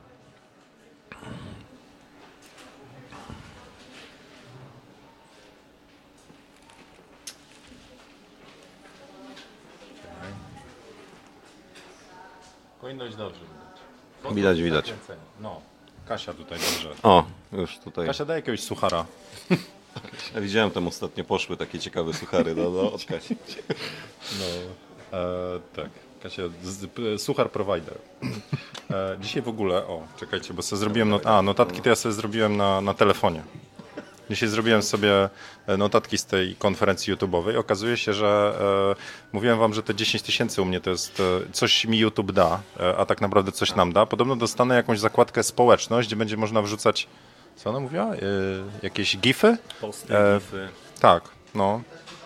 Powinno być dobrze. Widać, widać. No, Kasia tutaj dobrze. O, już tutaj. Kasia, daj jakiegoś suchara. Ja widziałem, tam ostatnio poszły takie ciekawe suchary, no, no, od Kasi. No, e, tak. Kasia, z, p, suchar provider. E, dzisiaj w ogóle, o, czekajcie, bo sobie zrobiłem, not, a, notatki to ja sobie zrobiłem na, na telefonie. Dzisiaj zrobiłem sobie notatki z tej konferencji YouTube'owej. Okazuje się, że e, mówiłem wam, że te dziesięć tysięcy u mnie to jest e, coś mi YouTube da, e, a tak naprawdę coś nam da. Podobno dostanę jakąś zakładkę społeczność, gdzie będzie można wrzucać, co ona mówiła? E, jakieś gify? Posty, E, gify. Tak, no.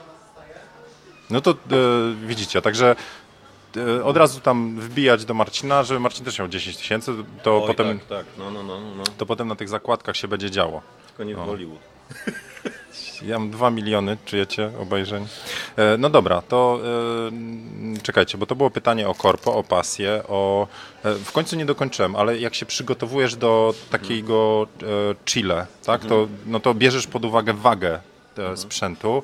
No to e, widzicie, także e, od razu tam wbijać do Marcina, żeby Marcin też miał dziesięć tysięcy, to Oj, potem, tak, tak, no, no, no, no. to potem na tych zakładkach się będzie działo. Tylko nie w Hollywood. Ja mam dwa miliony, czujecie, obejrzeń. E, no dobra, to e, czekajcie, bo to było pytanie o korpo, o pasję, o... E, w końcu nie dokończyłem, ale jak się przygotowujesz do takiego e, chile, tak, to, no to bierzesz pod uwagę wagę e, sprzętu.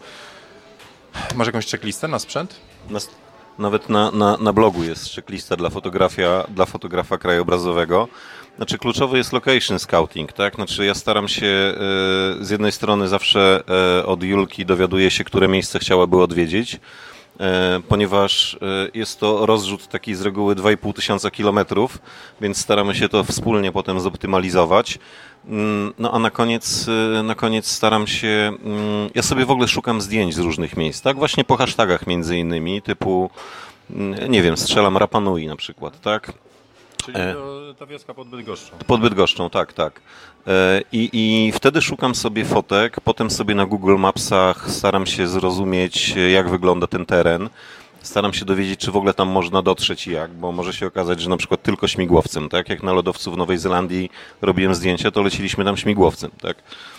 Masz jakąś checklistę na sprzęt? Na, nawet na, na, na blogu jest checklista dla, fotografia, dla fotografa krajobrazowego. Znaczy kluczowy jest location scouting, tak? Znaczy ja staram się e, z jednej strony zawsze e, od Julki dowiaduję się, które miejsce chciałaby odwiedzić, e, ponieważ e, jest to rozrzut taki z reguły dwa i pół tysiąca kilometrów, więc staramy się to wspólnie potem zoptymalizować. Mm, No a na koniec, e, na koniec staram się, mm, ja sobie w ogóle szukam zdjęć z różnych miejsc, tak? Właśnie po hashtagach między innymi, typu, mm, nie wiem, strzelam Rapa Nui na przykład, tak? Czyli E. to, ta wioska pod Bydgoszczą. Pod Bydgoszczą, tak, tak. E, I, I wtedy szukam sobie fotek, potem sobie na Google Mapsach staram się zrozumieć, jak wygląda ten teren. Staram się dowiedzieć, czy w ogóle tam można dotrzeć i jak, bo może się okazać, że na przykład tylko śmigłowcem, tak? Jak na lodowcu w Nowej Zelandii robiłem zdjęcia, to leciliśmy tam śmigłowcem, tak?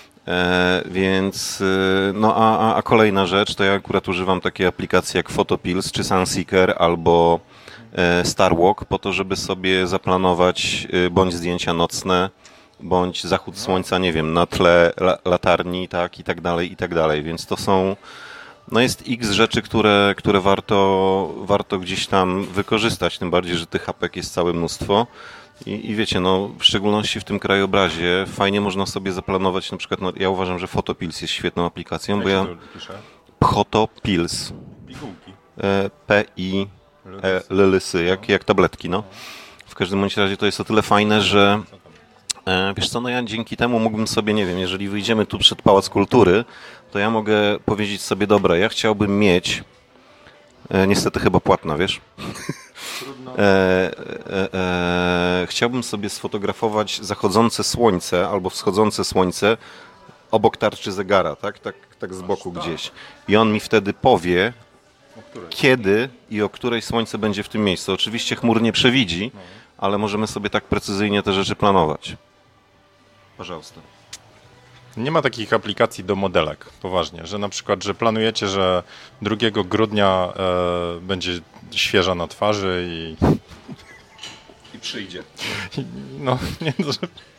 E, więc, e, no a, a kolejna rzecz, to ja akurat używam takiej aplikacji jak Photopills czy Sunseeker albo Starwalk po to, żeby sobie zaplanować bądź zdjęcia nocne, bądź zachód słońca, nie wiem, na tle la, latarni, tak, i tak dalej, i tak dalej. Więc to są, no jest x rzeczy, które, które warto, warto gdzieś tam wykorzystać, tym bardziej, że tych hapek jest całe mnóstwo. I, I wiecie, no w szczególności w tym krajobrazie fajnie można sobie zaplanować, na przykład, no, ja uważam, że Photopills jest świetną aplikacją, Jak bo się ja... to pisze? Photopills. Pigułki. P I E, lelysy, jak, jak tabletki, no. W każdym bądź razie to jest o tyle fajne, że e, wiesz co, no ja dzięki temu mógłbym sobie, nie wiem, jeżeli wyjdziemy tu przed Pałac Kultury, to ja mogę powiedzieć sobie, dobra, ja chciałbym mieć, e, niestety chyba płatna, wiesz, e, e, e, chciałbym sobie sfotografować zachodzące słońce albo wschodzące słońce obok tarczy zegara, tak, tak, tak z boku gdzieś. I on mi wtedy powie, kiedy i o której słońce będzie w tym miejscu. Oczywiście chmur nie przewidzi, ale możemy sobie tak precyzyjnie te rzeczy planować. Proszę. Nie ma takich aplikacji do modelek, poważnie, że na przykład, że planujecie, że drugiego grudnia e, będzie świeża na twarzy i... I przyjdzie. i no, nie, no, że...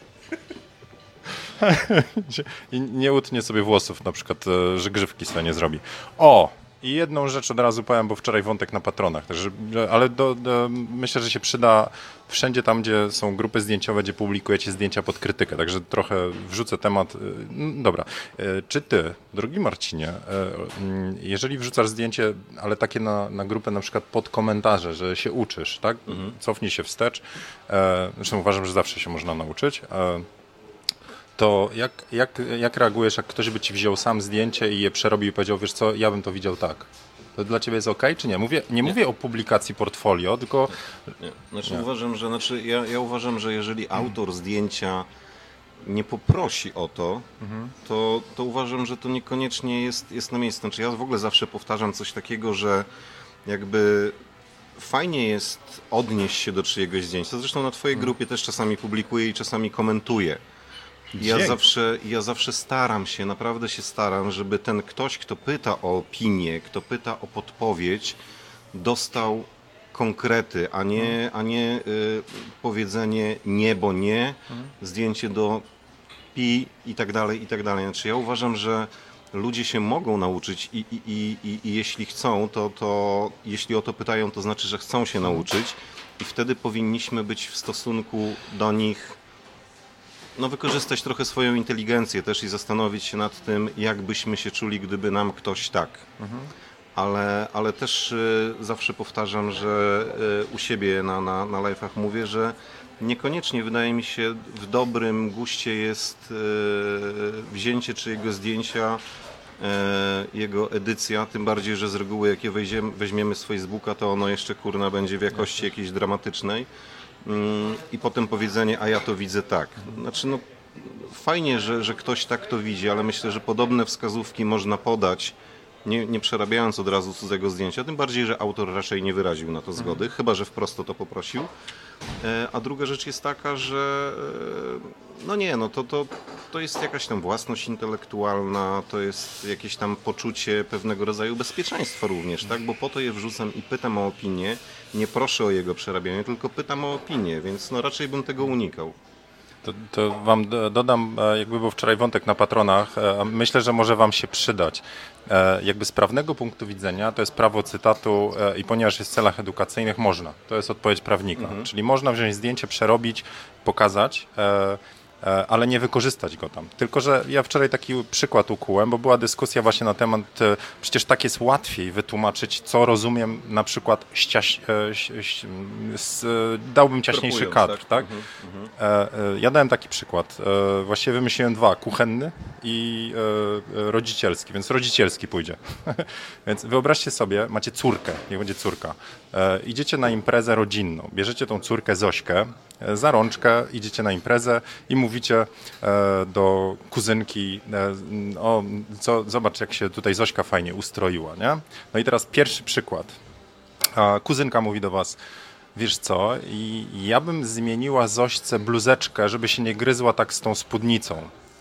I nie utnie sobie włosów, na przykład, e, że grzywki sobie nie zrobi. O! I jedną rzecz od razu powiem, bo wczoraj wątek na patronach, także, ale do, do, myślę, że się przyda wszędzie tam, gdzie są grupy zdjęciowe, gdzie publikujecie zdjęcia pod krytykę, także trochę wrzucę temat. Dobra, czy ty, drogi Marcinie, jeżeli wrzucasz zdjęcie, ale takie na, na grupę na przykład pod komentarze, że się uczysz, tak? Mhm. Cofnij się wstecz, zresztą uważam, że zawsze się można nauczyć, To jak, jak, jak reagujesz, jak ktoś by ci wziął sam zdjęcie i je przerobił i powiedział, wiesz co, ja bym to widział tak. To dla ciebie jest okej, okay, czy nie? Mówię, nie, nie mówię o publikacji portfolio, tylko... Nie. Znaczy nie. uważam, że znaczy ja, ja uważam, że jeżeli autor zdjęcia nie poprosi o to, mhm. to, to uważam, że to niekoniecznie jest, jest na miejscu. Znaczy ja w ogóle zawsze powtarzam coś takiego, że jakby fajnie jest odnieść się do czyjegoś zdjęcia. Zresztą na twojej mhm. grupie też czasami publikuję i czasami komentuję. Ja zawsze, ja zawsze staram się, naprawdę się staram, żeby ten ktoś, kto pyta o opinię, kto pyta o podpowiedź, dostał konkrety, a nie, a nie y, powiedzenie nie, bo nie, zdjęcie do pi i tak dalej, i tak dalej. Znaczy ja uważam, że ludzie się mogą nauczyć i, i, i, i, i jeśli chcą, to, to jeśli o to pytają, to znaczy, że chcą się nauczyć i wtedy powinniśmy być w stosunku do nich no wykorzystać trochę swoją inteligencję też i zastanowić się nad tym, jak byśmy się czuli, gdyby nam ktoś tak. Mhm. Ale, ale też y, zawsze powtarzam, że y, u siebie na, na, na live'ach mówię, że niekoniecznie wydaje mi się w dobrym guście jest y, wzięcie czyjego zdjęcia, y, jego edycja, tym bardziej, że z reguły jak je weźmiemy, weźmiemy z Facebooka, to ono jeszcze kurna będzie w jakości jakiejś dramatycznej. I potem powiedzenie, a ja to widzę tak. Znaczy, no, fajnie, że, że ktoś tak to widzi, ale myślę, że podobne wskazówki można podać, nie, nie przerabiając od razu cudzego zdjęcia, tym bardziej, że autor raczej nie wyraził na to zgody, mhm. chyba że wprost o to poprosił. A druga rzecz jest taka, że no nie, no to, to, to jest jakaś tam własność intelektualna, to jest jakieś tam poczucie pewnego rodzaju bezpieczeństwa również, tak? Bo po to je wrzucam i pytam o opinię, nie proszę o jego przerabianie, tylko pytam o opinię, więc no raczej bym tego unikał. To, to wam dodam, jakby był wczoraj wątek na patronach, myślę, że może wam się przydać. Jakby z prawnego punktu widzenia to jest prawo cytatu i ponieważ jest w celach edukacyjnych można. To jest odpowiedź prawnika. Mhm. Czyli można wziąć zdjęcie, przerobić, pokazać, ale nie wykorzystać go tam. Tylko że ja wczoraj taki przykład ukułem, bo była dyskusja właśnie na temat, przecież tak jest łatwiej wytłumaczyć, co rozumiem na przykład ściaś, dałbym ciaśniejszy kadr. Tak? tak? Mhm, mhm. Ja dałem taki przykład. Właściwie wymyśliłem dwa, kuchenny i rodzicielski, więc rodzicielski pójdzie. Więc wyobraźcie sobie, macie córkę, niech będzie córka. Idziecie na imprezę rodzinną, bierzecie tą córkę Zośkę, za rączkę, idziecie na imprezę i mówicie do kuzynki, o, co, zobacz jak się tutaj Zośka fajnie ustroiła, nie? No i teraz pierwszy przykład. Kuzynka mówi do was, wiesz co, i ja bym zmieniła Zośce bluzeczkę, żeby się nie gryzła tak z tą spódnicą.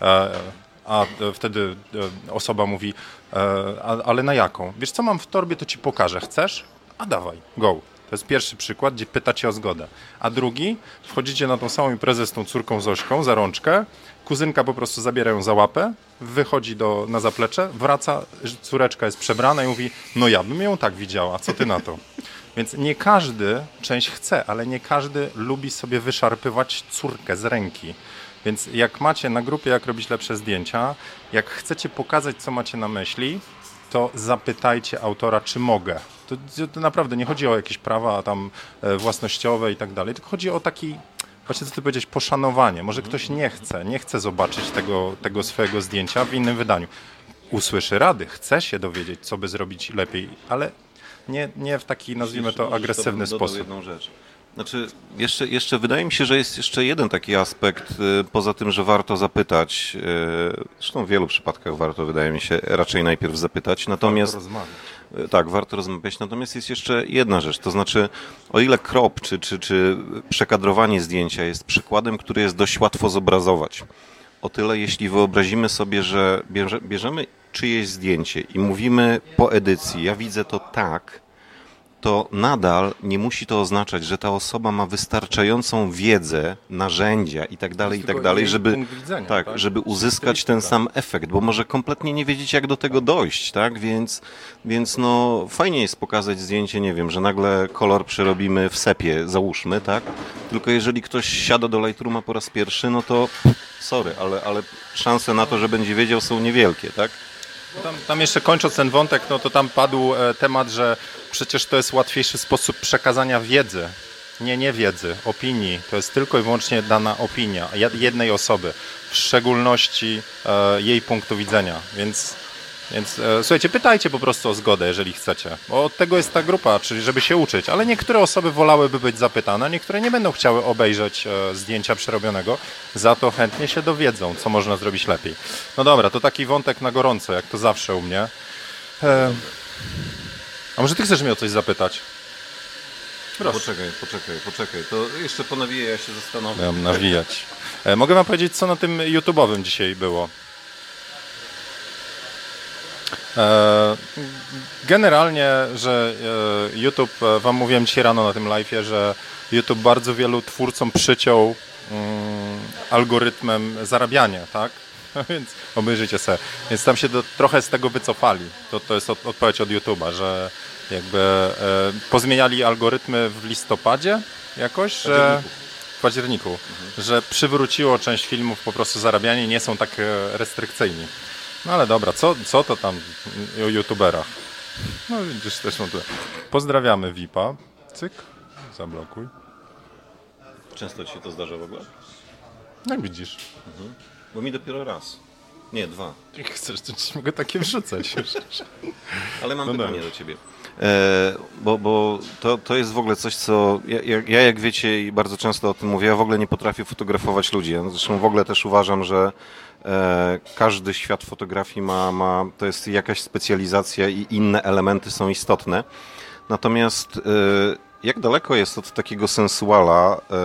A wtedy osoba mówi, ale na jaką? Wiesz co, mam w torbie, to ci pokażę. Chcesz? A dawaj, go. To jest pierwszy przykład, gdzie pytacie o zgodę. A drugi, wchodzicie na tą samą imprezę z tą córką Zośką za rączkę, kuzynka po prostu zabiera ją za łapę, wychodzi do, na zaplecze, wraca, córeczka jest przebrana i mówi, no ja bym ją tak widziała, co ty na to? Więc nie każdy, część chce, ale nie każdy lubi sobie wyszarpywać córkę z ręki. Więc jak macie na grupie, jak robić lepsze zdjęcia, jak chcecie pokazać, co macie na myśli, to zapytajcie autora, czy mogę. To, to naprawdę nie chodzi o jakieś prawa tam własnościowe i tak dalej, tylko chodzi o taki, właśnie co ty powiedziałeś, poszanowanie. Może ktoś nie chce, nie chce zobaczyć tego, tego swojego zdjęcia w innym wydaniu. Usłyszy rady, chce się dowiedzieć, co by zrobić lepiej, ale nie, nie w taki, nazwijmy to, agresywny sposób. Jedną rzecz. Znaczy, jeszcze, jeszcze wydaje mi się, że jest jeszcze jeden taki aspekt, poza tym, że warto zapytać, zresztą w wielu przypadkach warto, wydaje mi się, raczej najpierw zapytać, natomiast... Warto rozmawiać. Tak, warto rozmawiać, natomiast jest jeszcze jedna rzecz, to znaczy, o ile crop czy, czy, czy przekadrowanie zdjęcia jest przykładem, który jest dość łatwo zobrazować, o tyle jeśli wyobrazimy sobie, że bierze, bierzemy czyjeś zdjęcie i mówimy po edycji, ja widzę to tak, to nadal nie musi to oznaczać, że ta osoba ma wystarczającą wiedzę, narzędzia i tak dalej, i tak dalej, żeby, widzenia, tak, tak? żeby uzyskać ten sam efekt, bo może kompletnie nie wiedzieć, jak do tego dojść, tak? Więc, więc no fajnie jest pokazać zdjęcie, nie wiem, że nagle kolor przerobimy w sepie, załóżmy, tak? Tylko jeżeli ktoś siada do Lightrooma po raz pierwszy, no to sorry, ale, ale szanse na to, że będzie wiedział, są niewielkie, tak? Tam, tam jeszcze kończąc ten wątek, no to tam padł e, temat, że przecież to jest łatwiejszy sposób przekazania wiedzy Nie, nie wiedzy, opinii. To jest tylko i wyłącznie dana opinia jednej osoby, w szczególności e, jej punktu widzenia. Więc, więc e, słuchajcie, pytajcie po prostu o zgodę, jeżeli chcecie. Bo od tego jest ta grupa, czyli żeby się uczyć. Ale niektóre osoby wolałyby być zapytane, niektóre nie będą chciały obejrzeć e, zdjęcia przerobionego. Za to chętnie się dowiedzą, co można zrobić lepiej. No dobra, to taki wątek na gorąco, jak to zawsze u mnie. E, a może ty chcesz mnie o coś zapytać? Proszę. Poczekaj, poczekaj, poczekaj. To jeszcze ponawiję, ja się zastanowię. Miałem nawijać. E, mogę wam powiedzieć, co na tym YouTube'owym dzisiaj było. E, generalnie, że e, YouTube, e, wam mówiłem dzisiaj rano na tym live'ie, że YouTube bardzo wielu twórcom przyciął mm, algorytmem zarabiania, tak? Więc obejrzyjcie sobie. Więc tam się do, trochę z tego wycofali. To, to jest od, odpowiedź od YouTube'a, że jakby e, pozmieniali algorytmy w listopadzie jakoś, że w październiku, mhm. że przywróciło część filmów po prostu zarabianie i nie są tak restrykcyjni. No ale dobra, co, co to tam o youtuberach? No widzisz, też mam tu. Pozdrawiamy V I P-a. Cyk, zablokuj. Często ci się to zdarza w ogóle? Jak widzisz. Mhm. Bo mi dopiero raz. Nie, dwa. Jak chcesz, to ci mogę takie wrzucać. Ale mam no pytanie dobra. do ciebie. E, bo bo to, to jest w ogóle coś, co ja, ja, jak wiecie i bardzo często o tym mówię, ja w ogóle nie potrafię fotografować ludzi. Zresztą w ogóle też uważam, że e, każdy świat fotografii ma, ma, to jest jakaś specjalizacja i inne elementy są istotne. Natomiast e, jak daleko jest od takiego sensuala e,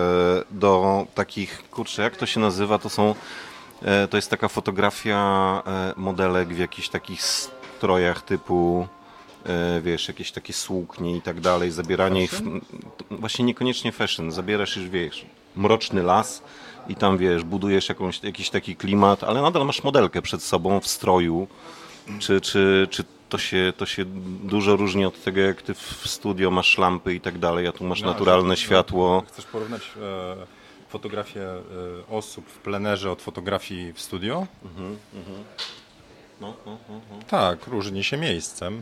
do takich, kurczę, jak to się nazywa, to są e, to jest taka fotografia e, modelek w jakichś takich strojach typu wiesz, jakieś takie słóknie i tak dalej, zabieranie ich, w, właśnie niekoniecznie fashion, zabierasz już, wiesz, mroczny las i tam, wiesz, budujesz jakąś, jakiś taki klimat, ale nadal masz modelkę przed sobą w stroju, czy, czy, czy to się, to się dużo różni od tego, jak ty w studio masz lampy i tak dalej, a tu masz no, naturalne że, światło. Chcesz porównać e, fotografię e, osób w plenerze od fotografii w studio? Mhm, mhm. No, no, no, no. Tak, różni się miejscem.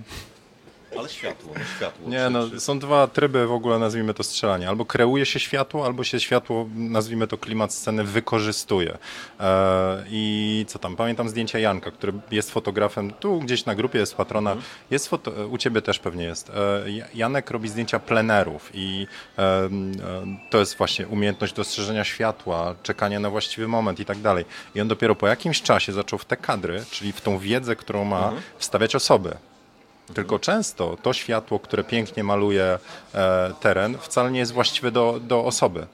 Ale światło, no światło. Nie, no, są dwa tryby w ogóle, nazwijmy to strzelanie. Albo kreuje się światło, albo się światło, nazwijmy to klimat sceny, wykorzystuje. E, I co tam, pamiętam zdjęcia Janka, który jest fotografem, tu gdzieś na grupie jest patrona, mm. jest foto, u ciebie też pewnie jest. E, Janek robi zdjęcia plenerów i e, e, to jest właśnie umiejętność dostrzeżenia światła, czekania na właściwy moment i tak dalej. I on dopiero po jakimś czasie zaczął w te kadry, czyli w tą wiedzę, którą ma, mm. wstawiać osoby. Tylko często to światło, które pięknie maluje e, teren, wcale nie jest właściwe do, do osoby.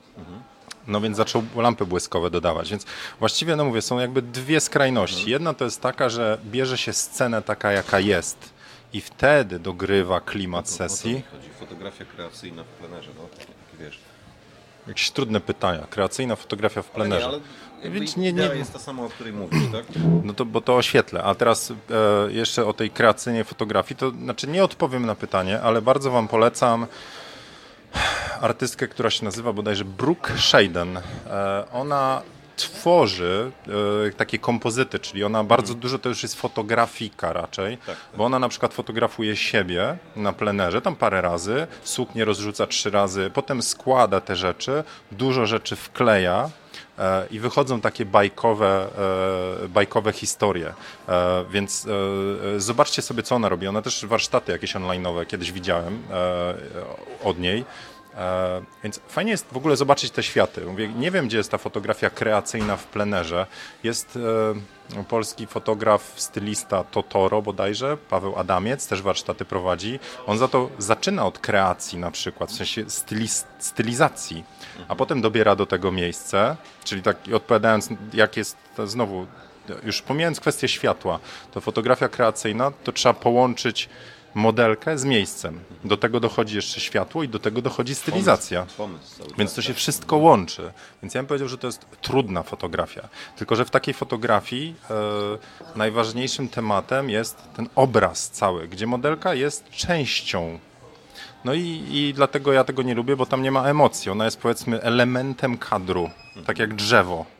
No więc zaczął lampy błyskowe dodawać. Więc właściwie, no mówię, są jakby dwie skrajności. Jedna to jest taka, że bierze się scenę taka, jaka jest i wtedy dogrywa klimat no, sesji. O to chodzi. Fotografia kreacyjna w plenerze, no, takie, wiesz. Jakieś trudne pytania. Kreacyjna fotografia w plenerze. Ale nie, ale Więc nie, nie jest ta sama, o której mówisz, tak? No to, bo to oświetlę. A teraz e, jeszcze o tej kreacyjnej fotografii, to znaczy nie odpowiem na pytanie, ale bardzo wam polecam artystkę, która się nazywa bodajże Brooke Shaden. E, ona tworzy e, takie kompozyty, czyli ona bardzo dużo to już jest fotografika raczej, tak, tak. Bo ona na przykład fotografuje siebie na plenerze, tam parę razy, suknię rozrzuca trzy razy, potem składa te rzeczy, dużo rzeczy wkleja e, i wychodzą takie bajkowe, e, bajkowe historie, e, więc e, zobaczcie sobie, co ona robi. Ona też warsztaty jakieś online'owe kiedyś widziałem e, od niej. E, więc fajnie jest w ogóle zobaczyć te światy. Mówię, nie wiem, gdzie jest ta fotografia kreacyjna w plenerze. Jest e, polski fotograf, stylista Totoro bodajże, Paweł Adamiec, też warsztaty prowadzi. On za to zaczyna od kreacji na przykład, w sensie styliz, stylizacji, a potem dobiera do tego miejsce, czyli tak odpowiadając, jak jest to znowu, już pomijając kwestię światła, to fotografia kreacyjna, to trzeba połączyć modelkę z miejscem. Do tego dochodzi jeszcze światło i do tego dochodzi stylizacja. Pomysł, pomysł cały Więc to się wszystko łączy. Więc ja bym powiedział, że to jest trudna fotografia. Tylko że w takiej fotografii e, najważniejszym tematem jest ten obraz cały, gdzie modelka jest częścią. No i, i dlatego ja tego nie lubię, bo tam nie ma emocji. Ona jest, powiedzmy, elementem kadru, tak jak drzewo.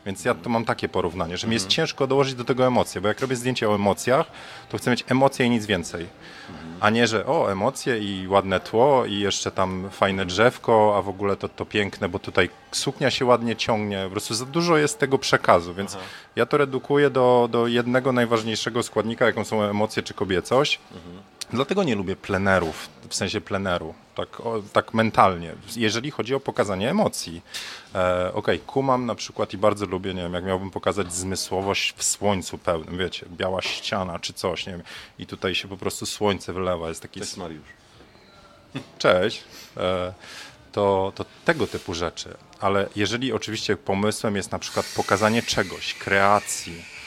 Więc ja tu mam takie porównanie, że mi jest ciężko dołożyć do tego emocje, bo jak robię zdjęcie o emocjach, to chcę mieć emocje i nic więcej. A nie, że o, emocje i ładne tło i jeszcze tam fajne drzewko, a w ogóle to, to piękne, bo tutaj suknia się ładnie ciągnie. Po prostu za dużo jest tego przekazu, więc Aha. ja to redukuję do, do jednego najważniejszego składnika, jaką są emocje czy kobiecość. Mhm. Dlatego nie lubię plenerów, w sensie pleneru, tak, o, tak mentalnie, jeżeli chodzi o pokazanie emocji. E, Okej, okay, kumam na przykład i bardzo lubię, nie wiem, jak miałbym pokazać zmysłowość w słońcu pełnym, wiecie, biała ściana czy coś, nie wiem, i tutaj się po prostu słońce wylewa, jest taki... Cześć Mariusz. Cześć. E, to, to tego typu rzeczy, ale jeżeli oczywiście pomysłem jest na przykład pokazanie czegoś, kreacji,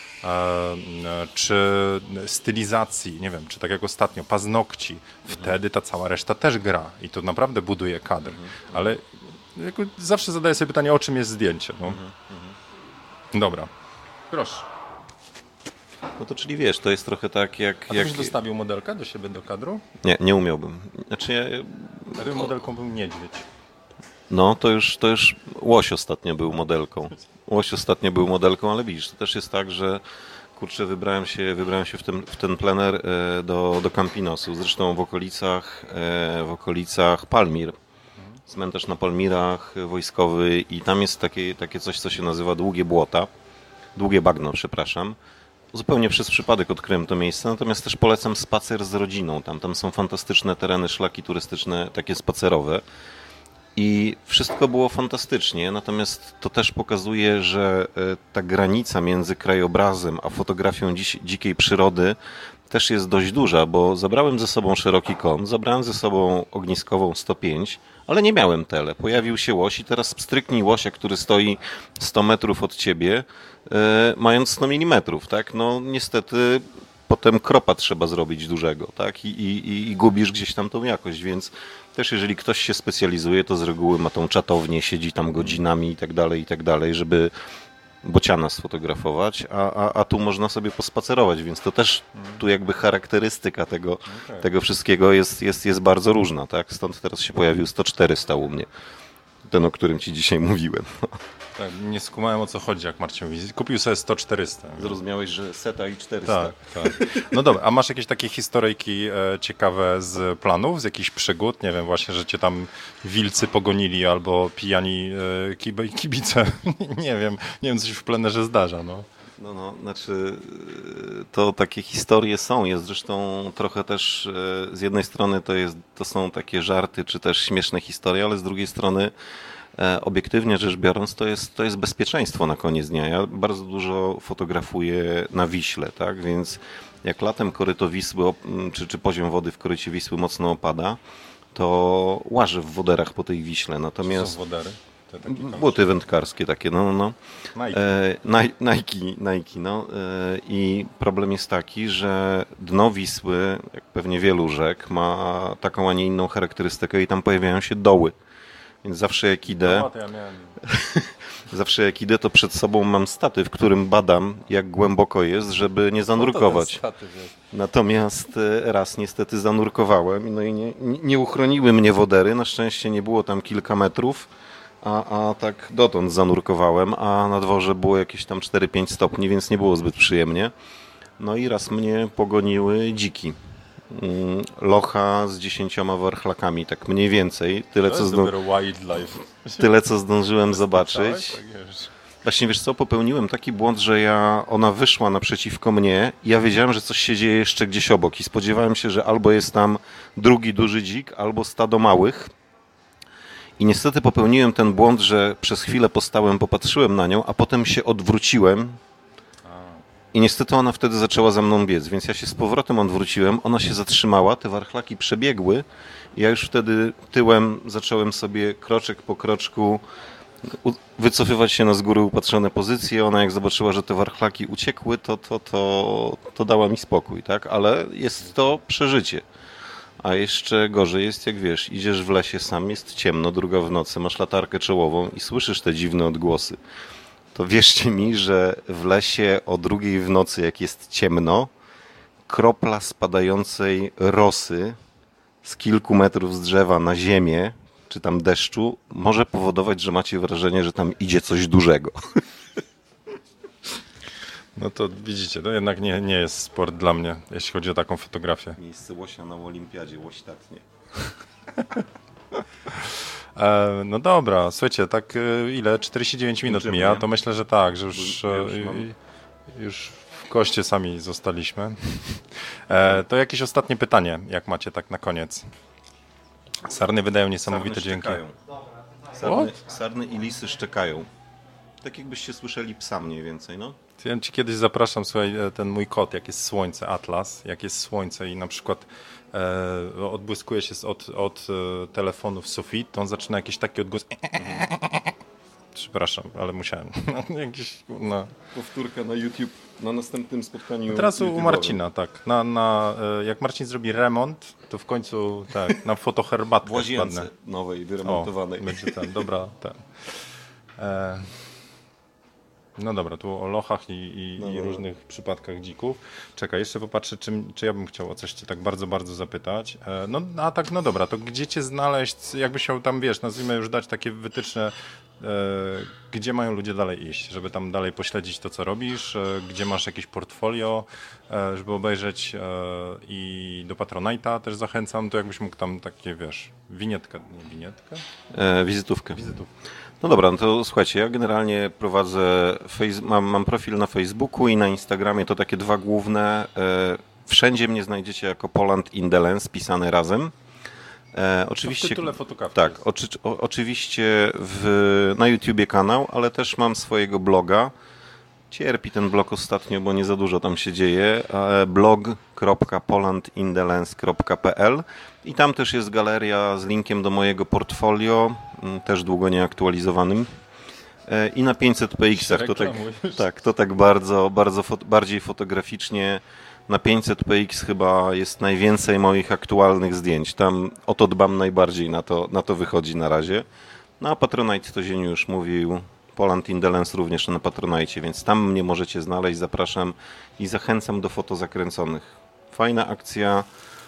czy stylizacji, nie wiem, czy tak jak ostatnio, paznokci, wtedy ta cała reszta też gra i to naprawdę buduje kadr, ale zawsze zadaję sobie pytanie, o czym jest zdjęcie. No. Dobra. Proszę. No to czyli wiesz, to jest trochę tak jak... A jak... byś dostawił modelkę do siebie do kadru? Nie, nie umiałbym. Znaczy ja... Gdyby modelką był niedźwiedź. No, to już, to już Łoś ostatnio był modelką. Łoś ostatnio był modelką, ale widzisz, to też jest tak, że kurczę, wybrałem się, wybrałem się w ten, w ten plener do, do Campinosu, zresztą w okolicach, w okolicach Palmir. Cmentarz na Palmirach wojskowy i tam jest takie, takie coś, co się nazywa Długie Błota, Długie Bagno, przepraszam. Zupełnie przez przypadek odkryłem to miejsce, natomiast też polecam spacer z rodziną. Tam, tam są fantastyczne tereny, szlaki turystyczne, takie spacerowe. I wszystko było fantastycznie, natomiast to też pokazuje, że ta granica między krajobrazem a fotografią dziś, dzikiej przyrody też jest dość duża, bo zabrałem ze sobą szeroki kąt, zabrałem ze sobą ogniskową sto pięć, ale nie miałem tele. Pojawił się łoś i teraz stryknij łosia, który stoi sto metrów od ciebie, yy, mając sto milimetrów, tak? No niestety potem kropa trzeba zrobić dużego, tak? I, i, i gubisz gdzieś tam tą jakość, więc też jeżeli ktoś się specjalizuje, to z reguły ma tą czatownię, siedzi tam godzinami i tak dalej, i tak dalej, żeby bociana sfotografować, a, a, a tu można sobie pospacerować, więc to też tu jakby charakterystyka tego, okay. tego wszystkiego jest, jest, jest bardzo różna, tak? Stąd teraz się pojawił sto czterysta u mnie, ten, o którym ci dzisiaj mówiłem. Tak, nie skumałem, o co chodzi, jak Marcin mówi. Kupił sobie sto czterysta. Zrozumiałeś, że seta i czterysta. Tak, tak. No dobra, a masz jakieś takie historyjki e, ciekawe z planów, z jakichś przygód? Nie wiem, właśnie, że cię tam wilcy pogonili albo pijani e, kibice. nie wiem, nie wiem, co się w plenerze zdarza, no. No, no, znaczy to takie historie są, jest zresztą trochę też z jednej strony to, jest, to są takie żarty czy też śmieszne historie, ale z drugiej strony obiektywnie rzecz biorąc to jest, to jest bezpieczeństwo na koniec dnia. Ja bardzo dużo fotografuję na Wiśle, tak, więc jak latem koryto Wisły czy, czy poziom wody w korycie Wisły mocno opada, to łażę w woderach po tej Wiśle, natomiast... Co są wodery? Buty wędkarskie takie, no, no. Nike. E, Nike, Nike, no. E, I problem jest taki, że dno Wisły, jak pewnie wielu rzek, ma taką, a nie inną charakterystykę i tam pojawiają się doły. Więc zawsze jak idę, no, to ja miałem... zawsze jak idę, to przed sobą mam statyw, w którym badam, jak głęboko jest, żeby nie zanurkować. Statyw jest. Natomiast raz niestety zanurkowałem, no i nie, nie uchroniły mnie wodery. Na szczęście nie było tam kilka metrów. A, a tak dotąd zanurkowałem, a na dworze było jakieś tam cztery pięć stopni, więc nie było zbyt przyjemnie. No i raz mnie pogoniły dziki. Locha z dziesięcioma warchlakami, tak mniej więcej. Tyle, co, zdą... Tyle co zdążyłem zobaczyć. Właśnie wiesz co, popełniłem taki błąd, że ja, ona wyszła naprzeciwko mnie i ja wiedziałem, że coś się dzieje jeszcze gdzieś obok i spodziewałem się, że albo jest tam drugi duży dzik, albo stado małych. I niestety popełniłem ten błąd, że przez chwilę postałem, popatrzyłem na nią, a potem się odwróciłem i niestety ona wtedy zaczęła za mną biec, więc ja się z powrotem odwróciłem, ona się zatrzymała, te warchlaki przebiegły i ja już wtedy tyłem zacząłem sobie kroczek po kroczku wycofywać się na z góry upatrzone pozycje. Ona jak zobaczyła, że te warchlaki uciekły, to, to, to, to dała mi spokój, tak? Ale jest to przeżycie. A jeszcze gorzej jest, jak wiesz, idziesz w lesie sam, jest ciemno, druga w nocy, masz latarkę czołową i słyszysz te dziwne odgłosy. To wierzcie mi, że w lesie o drugiej w nocy, jak jest ciemno, kropla spadającej rosy z kilku metrów z drzewa na ziemię, czy tam deszczu, może powodować, że macie wrażenie, że tam idzie coś dużego. No to widzicie, to jednak nie, nie jest sport dla mnie, jeśli chodzi o taką fotografię. Miejsce łosia na olimpiadzie, łoś tak nie. E, no dobra, słuchajcie, tak e, ile? czterdzieści dziewięć minut Kończymy, mija, nie? to myślę, że tak, że już, Bo ja e, już mam- i- już w koście sami zostaliśmy. E, to jakieś ostatnie pytanie, jak macie tak na koniec. Sarny wydają niesamowite Sarny dźwięki. szczekają. Sarny, sarny i lisy szczekają. Tak jakbyście słyszeli psa mniej więcej, no. Ja ci kiedyś zapraszam, słuchaj, e, ten mój kot, jak jest słońce, Atlas, jak jest słońce i na przykład e, odbłyskuje się z- od, od e, telefonu w sufit, to on zaczyna jakiś taki odgłos. Przepraszam, ale musiałem. Jakiś, no. Powtórka na YouTube na następnym spotkaniu. Teraz u YouTube'owym. Marcina, tak. Na, na, e, jak Marcin zrobi remont, to w końcu tak, na fotoherbatkę W łazience wpadnę. nowej, O, wyremontowanej. będzie ten, dobra, ten. E, no dobra, tu o lochach i, i, No, i no. różnych przypadkach dzików. Czekaj, jeszcze popatrzę, czy, czy ja bym chciał o coś cię tak bardzo, bardzo zapytać. E, no a tak, no dobra, to gdzie cię znaleźć, jakby się tam, wiesz, nazwijmy już dać takie wytyczne, e, gdzie mają ludzie dalej iść, żeby tam dalej pośledzić to, co robisz, e, gdzie masz jakieś portfolio, e, żeby obejrzeć e, i do Patronite'a też zachęcam, to jakbyś mógł tam takie, wiesz, winietkę, nie winietkę? E, wizytówkę. Wizytówkę. No dobra, no to słuchajcie, ja generalnie prowadzę, face, mam, mam profil na Facebooku i na Instagramie, to takie dwa główne. E, wszędzie mnie znajdziecie jako Poland in the Lens, pisane razem. E, W oczywiście, tytule fotokawki. tak, oczy, o, oczywiście w, na YouTubie kanał, ale też mam swojego bloga. Cierpi ten blog ostatnio, bo nie za dużo tam się dzieje. e, blog kropka poland in the lens kropka p l i tam też jest galeria z linkiem do mojego portfolio, m, też długo nieaktualizowanym. E, I na pięćset p x-ach to tak, Reklamujesz. tak, to tak bardzo, bardzo fot, bardziej fotograficznie. Na pięćset p x chyba jest najwięcej moich aktualnych zdjęć. Tam o to dbam najbardziej, na to, na to wychodzi na razie. No a Patronite to Zieniu już mówił. Poland in the Lens również na Patronite, więc tam mnie możecie znaleźć. Zapraszam i zachęcam do foto zakręconych. Fajna akcja,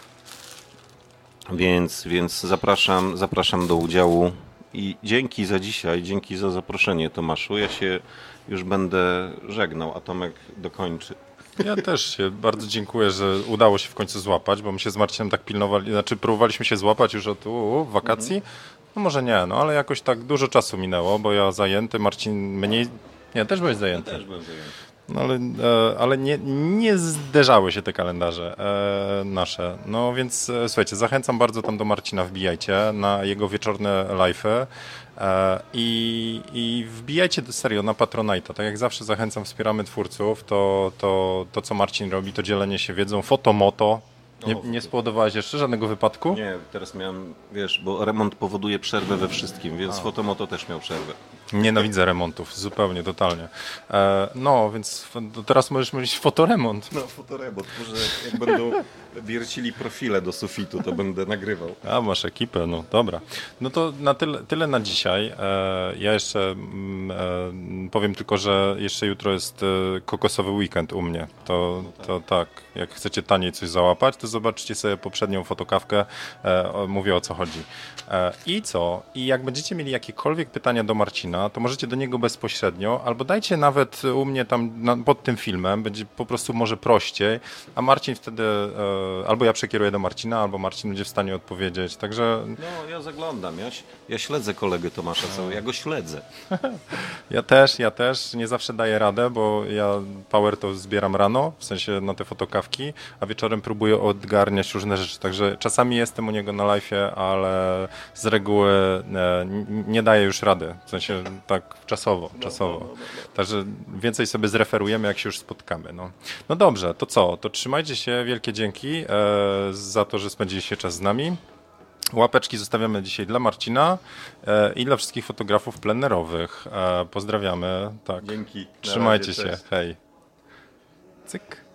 więc, więc zapraszam, zapraszam do udziału. I dzięki za dzisiaj, dzięki za zaproszenie, Tomaszu. Ja się już będę żegnał, a Tomek dokończy. Ja też się bardzo dziękuję, że udało się w końcu złapać, bo my się z Marcinem tak pilnowali, znaczy próbowaliśmy się złapać już od u, u, wakacji. No może nie, no ale jakoś tak dużo czasu minęło, bo ja zajęty, Marcin mniej, nie, też byłeś zajęty. byłem zajęty. No ale, e, ale nie, nie zderzały się te kalendarze e, nasze. No więc e, słuchajcie, zachęcam bardzo tam do Marcina, wbijajcie na jego wieczorne live'y e, i, i wbijajcie do serio na Patronite'a. Tak jak zawsze zachęcam, wspieramy twórców, to, to, to co Marcin robi, to dzielenie się wiedzą, fotomoto. Nie, nie spowodowałeś jeszcze żadnego wypadku? Nie, teraz miałem, wiesz, bo remont powoduje przerwę we wszystkim, więc fotomoto też miał przerwę. Nienawidzę remontów, zupełnie, totalnie. E, no, więc f- to teraz możesz mówić fotoremont. No, fotoremont, może jak będą wiercili profile do sufitu, to będę nagrywał. A, masz ekipę, no dobra. No to na tyle, tyle na dzisiaj. E, ja jeszcze mm, e, powiem tylko, że jeszcze jutro jest e, kokosowy weekend u mnie. To, to tak, jak chcecie taniej coś załapać, to zobaczcie sobie poprzednią fotokawkę. E, o, mówię o co chodzi. E, I co? I jak będziecie mieli jakiekolwiek pytania do Marcina, to możecie do niego bezpośrednio, albo dajcie nawet u mnie tam na, pod tym filmem, będzie po prostu może prościej, a Marcin wtedy, e, albo ja przekieruję do Marcina, albo Marcin będzie w stanie odpowiedzieć, także No, ja zaglądam, ja, ś- ja śledzę kolegę Tomasza, co, ja go śledzę. ja też, ja też nie zawsze daję radę, bo ja power to zbieram rano, w sensie na te fotokawki, a wieczorem próbuję odgarniać różne rzeczy, także czasami jestem u niego na live'ie, ale z reguły e, n- nie daję już rady, w sensie tak czasowo, czasowo. Także więcej sobie zreferujemy, jak się już spotkamy. No, no dobrze, to co? To trzymajcie się, wielkie dzięki e, za to, że spędziliście czas z nami. Łapeczki zostawiamy dzisiaj dla Marcina e, i dla wszystkich fotografów plenerowych. E, pozdrawiamy. Tak. Dzięki. Na Trzymajcie razie, się. cześć. Hej. Cyk.